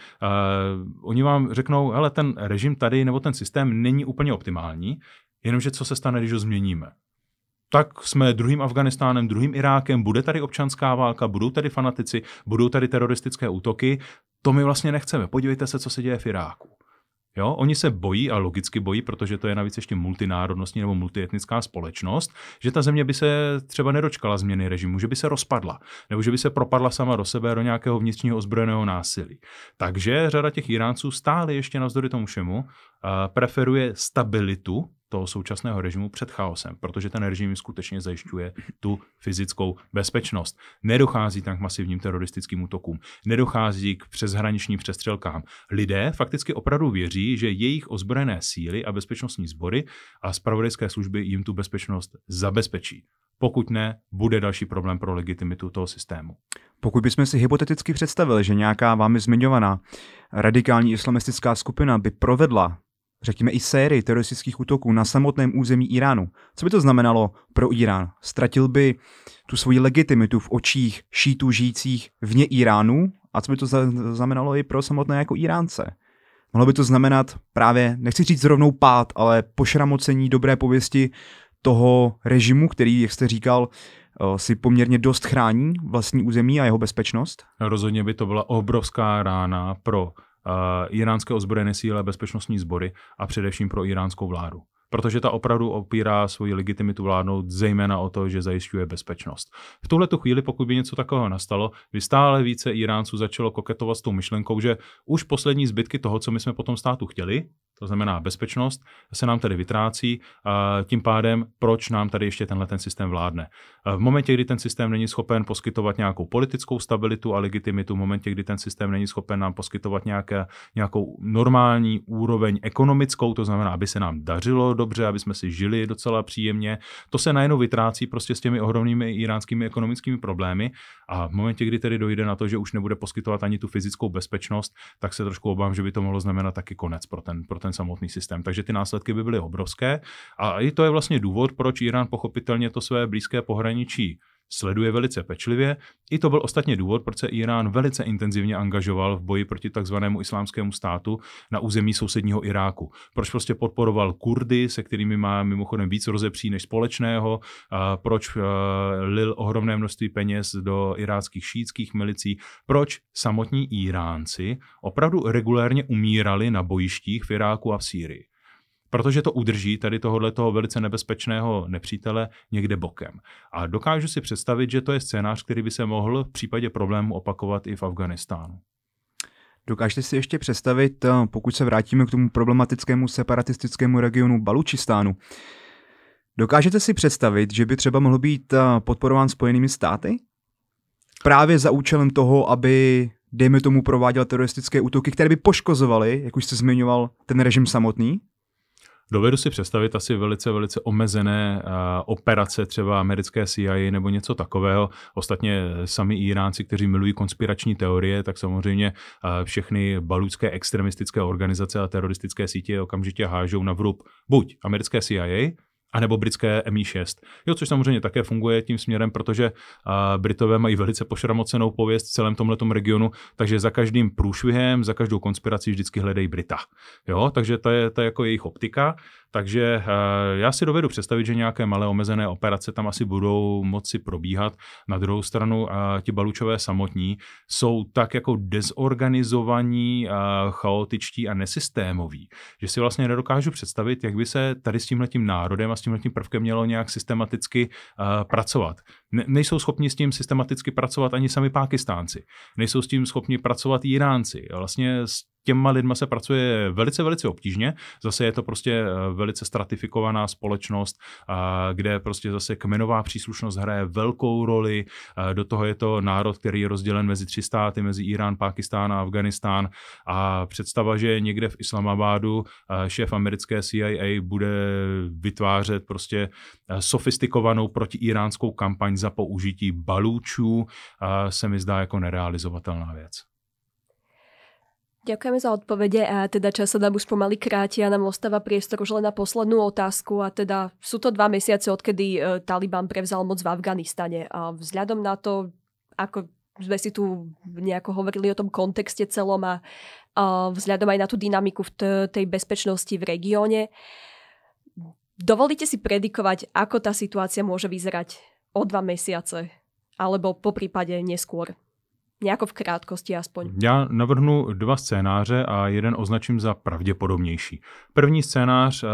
oni vám řeknou, hele, ten režim tady nebo ten systém není úplně optimální, jenomže co se stane, když ho změníme. Tak jsme druhým Afghánistánem, druhým Irákem, bude tady občanská válka, budou tady fanatici, budou tady teroristické útoky. To my vlastně nechceme. Podívejte se, co se děje v Iráku. Jo, oni se bojí a logicky bojí, protože to je navíc ještě multinárodnostní nebo multietnická společnost, že ta země by se třeba nedočkala změny režimu, že by se rozpadla, nebo že by se propadla sama do sebe do nějakého vnitřního ozbrojeného násilí. Takže řada těch Iránců stále ještě navzdory tomu všemu preferuje stabilitu toho současného režimu před chaosem, protože ten režim skutečně zajišťuje tu fyzickou bezpečnost. Nedochází tam k masivním teroristickým útokům, nedochází k přeshraničním přestřelkám. Lidé fakticky opravdu věří, že jejich ozbrojené síly a bezpečnostní sbory a zpravodajské služby jim tu bezpečnost zabezpečí. Pokud ne, bude další problém pro legitimitu toho systému. Pokud bychom si hypoteticky představili, že nějaká vámi zmiňovaná radikální islamistická skupina by provedla, řekněme, i sérii teroristických útoků na samotném území Iránu, co by to znamenalo pro Irán? Ztratil by tu svoji legitimitu v očích šítů žijících vně Iránu? A co by to znamenalo i pro samotné jako Iránce? Mohlo by to znamenat právě, nechci říct rovnou pád, ale pošramocení dobré pověsti toho režimu, který, jak jste říkal, si poměrně dost chrání vlastní území a jeho bezpečnost? Rozhodně by to byla obrovská rána pro iránské ozbrojené síly a bezpečnostní sbory a především pro iránskou vládu. Protože ta opravdu opírá svoji legitimitu vládnout zejména o to, že zajišťuje bezpečnost. V tuhletu chvíli, pokud by něco takového nastalo, by stále více Iránců začalo koketovat s tou myšlenkou, že už poslední zbytky toho, co my jsme po tom státu chtěli, to znamená bezpečnost, se nám tady vytrácí, a tím pádem proč nám tady ještě tenhle ten systém vládne. V momentě, kdy ten systém není schopen poskytovat nějakou politickou stabilitu a legitimitu, v momentě, kdy ten systém není schopen nám poskytovat nějakou normální úroveň ekonomickou, to znamená, aby se nám dařilo dobře, aby jsme si žili docela příjemně, to se najednou vytrácí prostě s těmi ohromnými iránskými ekonomickými problémy a v momentě, kdy tedy dojde na to, že už nebude poskytovat ani tu fyzickou bezpečnost, tak se trošku obávám, že by to mohlo znamenat taky konec pro ten samotný systém. Takže ty následky by byly obrovské a i to je vlastně důvod, proč Irán pochopitelně to své blízké pohraničí sleduje velice pečlivě. I to byl ostatně důvod, proč se Irán velice intenzivně angažoval v boji proti takzvanému islámskému státu na území sousedního Iráku. Proč prostě podporoval Kurdy, se kterými má mimochodem víc rozepří než společného, proč lil ohromné množství peněz do iráckých šítských milicí, proč samotní Iránci opravdu regulérně umírali na bojištích v Iráku a v Sýrii. Protože to udrží tady tohoto velice nebezpečného nepřítele někde bokem. A dokážu si představit, že to je scénář, který by se mohl v případě problému opakovat i v Afghánistánu. Dokážete si ještě představit, pokud se vrátíme k tomu problematickému separatistickému regionu Balučistánu, dokážete si představit, že by třeba mohl být podporován Spojenými státy? Právě za účelem toho, aby, dejme tomu, prováděl teroristické útoky, které by poškozovaly, jak už jste zmiňoval, ten režim samotný? Dovedu si představit asi velice omezené operace třeba americké CIA nebo něco takového. Ostatně sami Iránci, kteří milují konspirační teorie, tak samozřejmě všechny balučské extremistické organizace a teroristické sítě okamžitě hážou na vrub buď americké CIA, anebo britské MI6. Jo, což samozřejmě také funguje tím směrem, protože Britové mají velice pošramocenou pověst v celém tomhletom regionu, takže za každým průšvihem, za každou konspirací vždycky hledají Brita. Jo, takže to je jako jejich optika. Takže já si dovedu představit, že nějaké malé omezené operace tam asi budou moci probíhat. Na druhou stranu ti Balučové samotní jsou tak jako dezorganizovaní, chaotičtí a nesystémoví, že si vlastně nedokážu představit, jak by se tady s tímhletím národem a s tímhletím prvkem mělo nějak systematicky pracovat. Nejsou schopni s tím systematicky pracovat ani sami Pákistánci. Nejsou s tím schopni pracovat Iránci. Vlastně těma lidma se pracuje velice, velice obtížně. Zase je to prostě velice stratifikovaná společnost, kde prostě zase kmenová příslušnost hraje velkou roli. Do toho je to národ, který je rozdělen mezi 3 státy, mezi Irán, Pákistán a Afganistán. A představa, že někde v Islamabadu šéf americké CIA bude vytvářet prostě sofistikovanou protiiránskou kampaň za použití balúčů, se mi zdá jako nerealizovatelná věc. Ďakujeme za odpovede a teda čas sa nám už pomaly kráti a nám ostáva priestor už len na poslednú otázku a teda sú to 2 mesiace, odkedy Taliban prevzal moc v Afganistane a vzhľadom na to, ako sme si tu nejako hovorili o tom kontexte celom a vzhľadom aj na tú dynamiku v tej bezpečnosti v regióne, dovolíte si predikovať, ako tá situácia môže vyzerať o 2 mesiace alebo po prípade neskôr? Nějako v krátkosti aspoň. Já navrhnu 2 scénáře a jeden označím za pravděpodobnější. První scénář,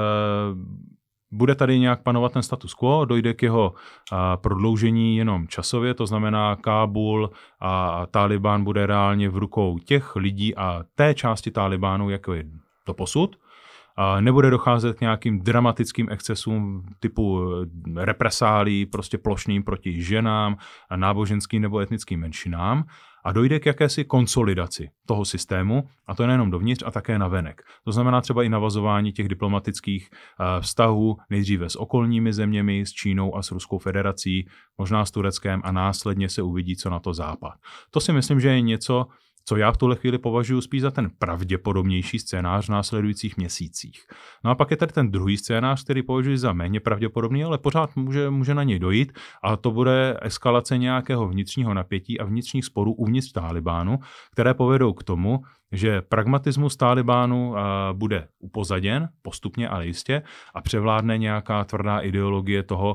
bude tady nějak panovat ten status quo, dojde k jeho prodloužení jenom časově, to znamená Kábul a Taliban bude reálně v rukou těch lidí a té části Talibánu, jako je doposud. Nebude docházet k nějakým dramatickým excesům typu represálí, prostě plošným proti ženám, náboženským nebo etnickým menšinám a dojde k jakési konsolidaci toho systému, a to nejenom dovnitř, a také navenek. To znamená třeba i navazování těch diplomatických vztahů nejdříve s okolními zeměmi, s Čínou a s Ruskou federací, možná s Tureckem a následně se uvidí, co na to Západ. To si myslím, že je něco, co já v tuhle chvíli považuji spíš za ten pravděpodobnější scénář v následujících měsících. No a pak je tady ten druhý scénář, který považuji za méně pravděpodobný, ale pořád může na něj dojít, a to bude eskalace nějakého vnitřního napětí a vnitřních sporů uvnitř Talibánu, které povedou k tomu, že pragmatismus Talibánu bude upozaděn postupně, ale jistě, a převládne nějaká tvrdá ideologie toho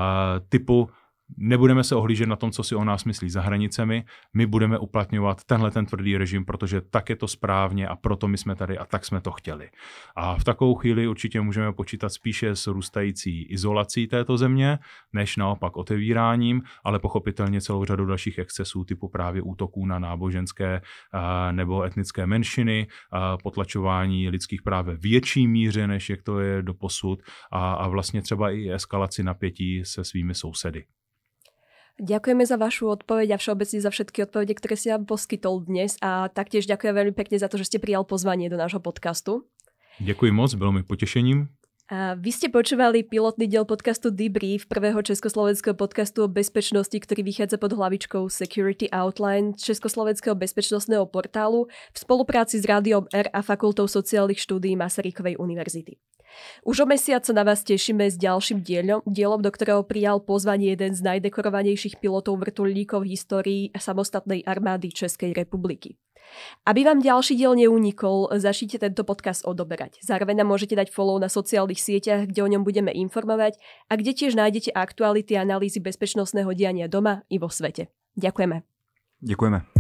typu: nebudeme se ohlížet na tom, co si o nás myslí za hranicemi, my budeme uplatňovat tenhle ten tvrdý režim, protože tak je to správně a proto my jsme tady a tak jsme to chtěli. A v takovou chvíli určitě můžeme počítat spíše s růstající izolací této země, než naopak otevíráním, ale pochopitelně celou řadu dalších excesů typu právě útoků na náboženské nebo etnické menšiny, potlačování lidských práv ve větší míře, než jak to je doposud, a vlastně třeba i eskalaci napětí se svými sousedy. Ďakujeme za vašu odpoveď a všeobecne za všetky odpovede, ktoré si nám poskytol dnes, a taktiež ďakujem veľmi pekne za to, že ste prijal pozvanie do nášho podcastu. Děkuji moc, bylo mi potěšením. A vy ste počúvali pilotný diel podcastu Debrief, prvého československého podcastu o bezpečnosti, ktorý vychádza pod hlavičkou Security Outline československého bezpečnostného portálu v spolupráci s Rádiom R a Fakultou sociálnych štúdií Masarykovej univerzity. Už o mesiac sa na vás tešíme s ďalším dielom, do ktorého prijal pozvanie jeden z najdekorovanejších pilotov vrtuľníkov v histórii samostatnej armády Českej republiky. Aby vám ďalší diel neunikol, začnite tento podcast odoberať. Zároveň nám môžete dať follow na sociálnych sieťach, kde o ňom budeme informovať a kde tiež nájdete aktuality a analýzy bezpečnostného diania doma i vo svete. Ďakujeme. Děkujeme.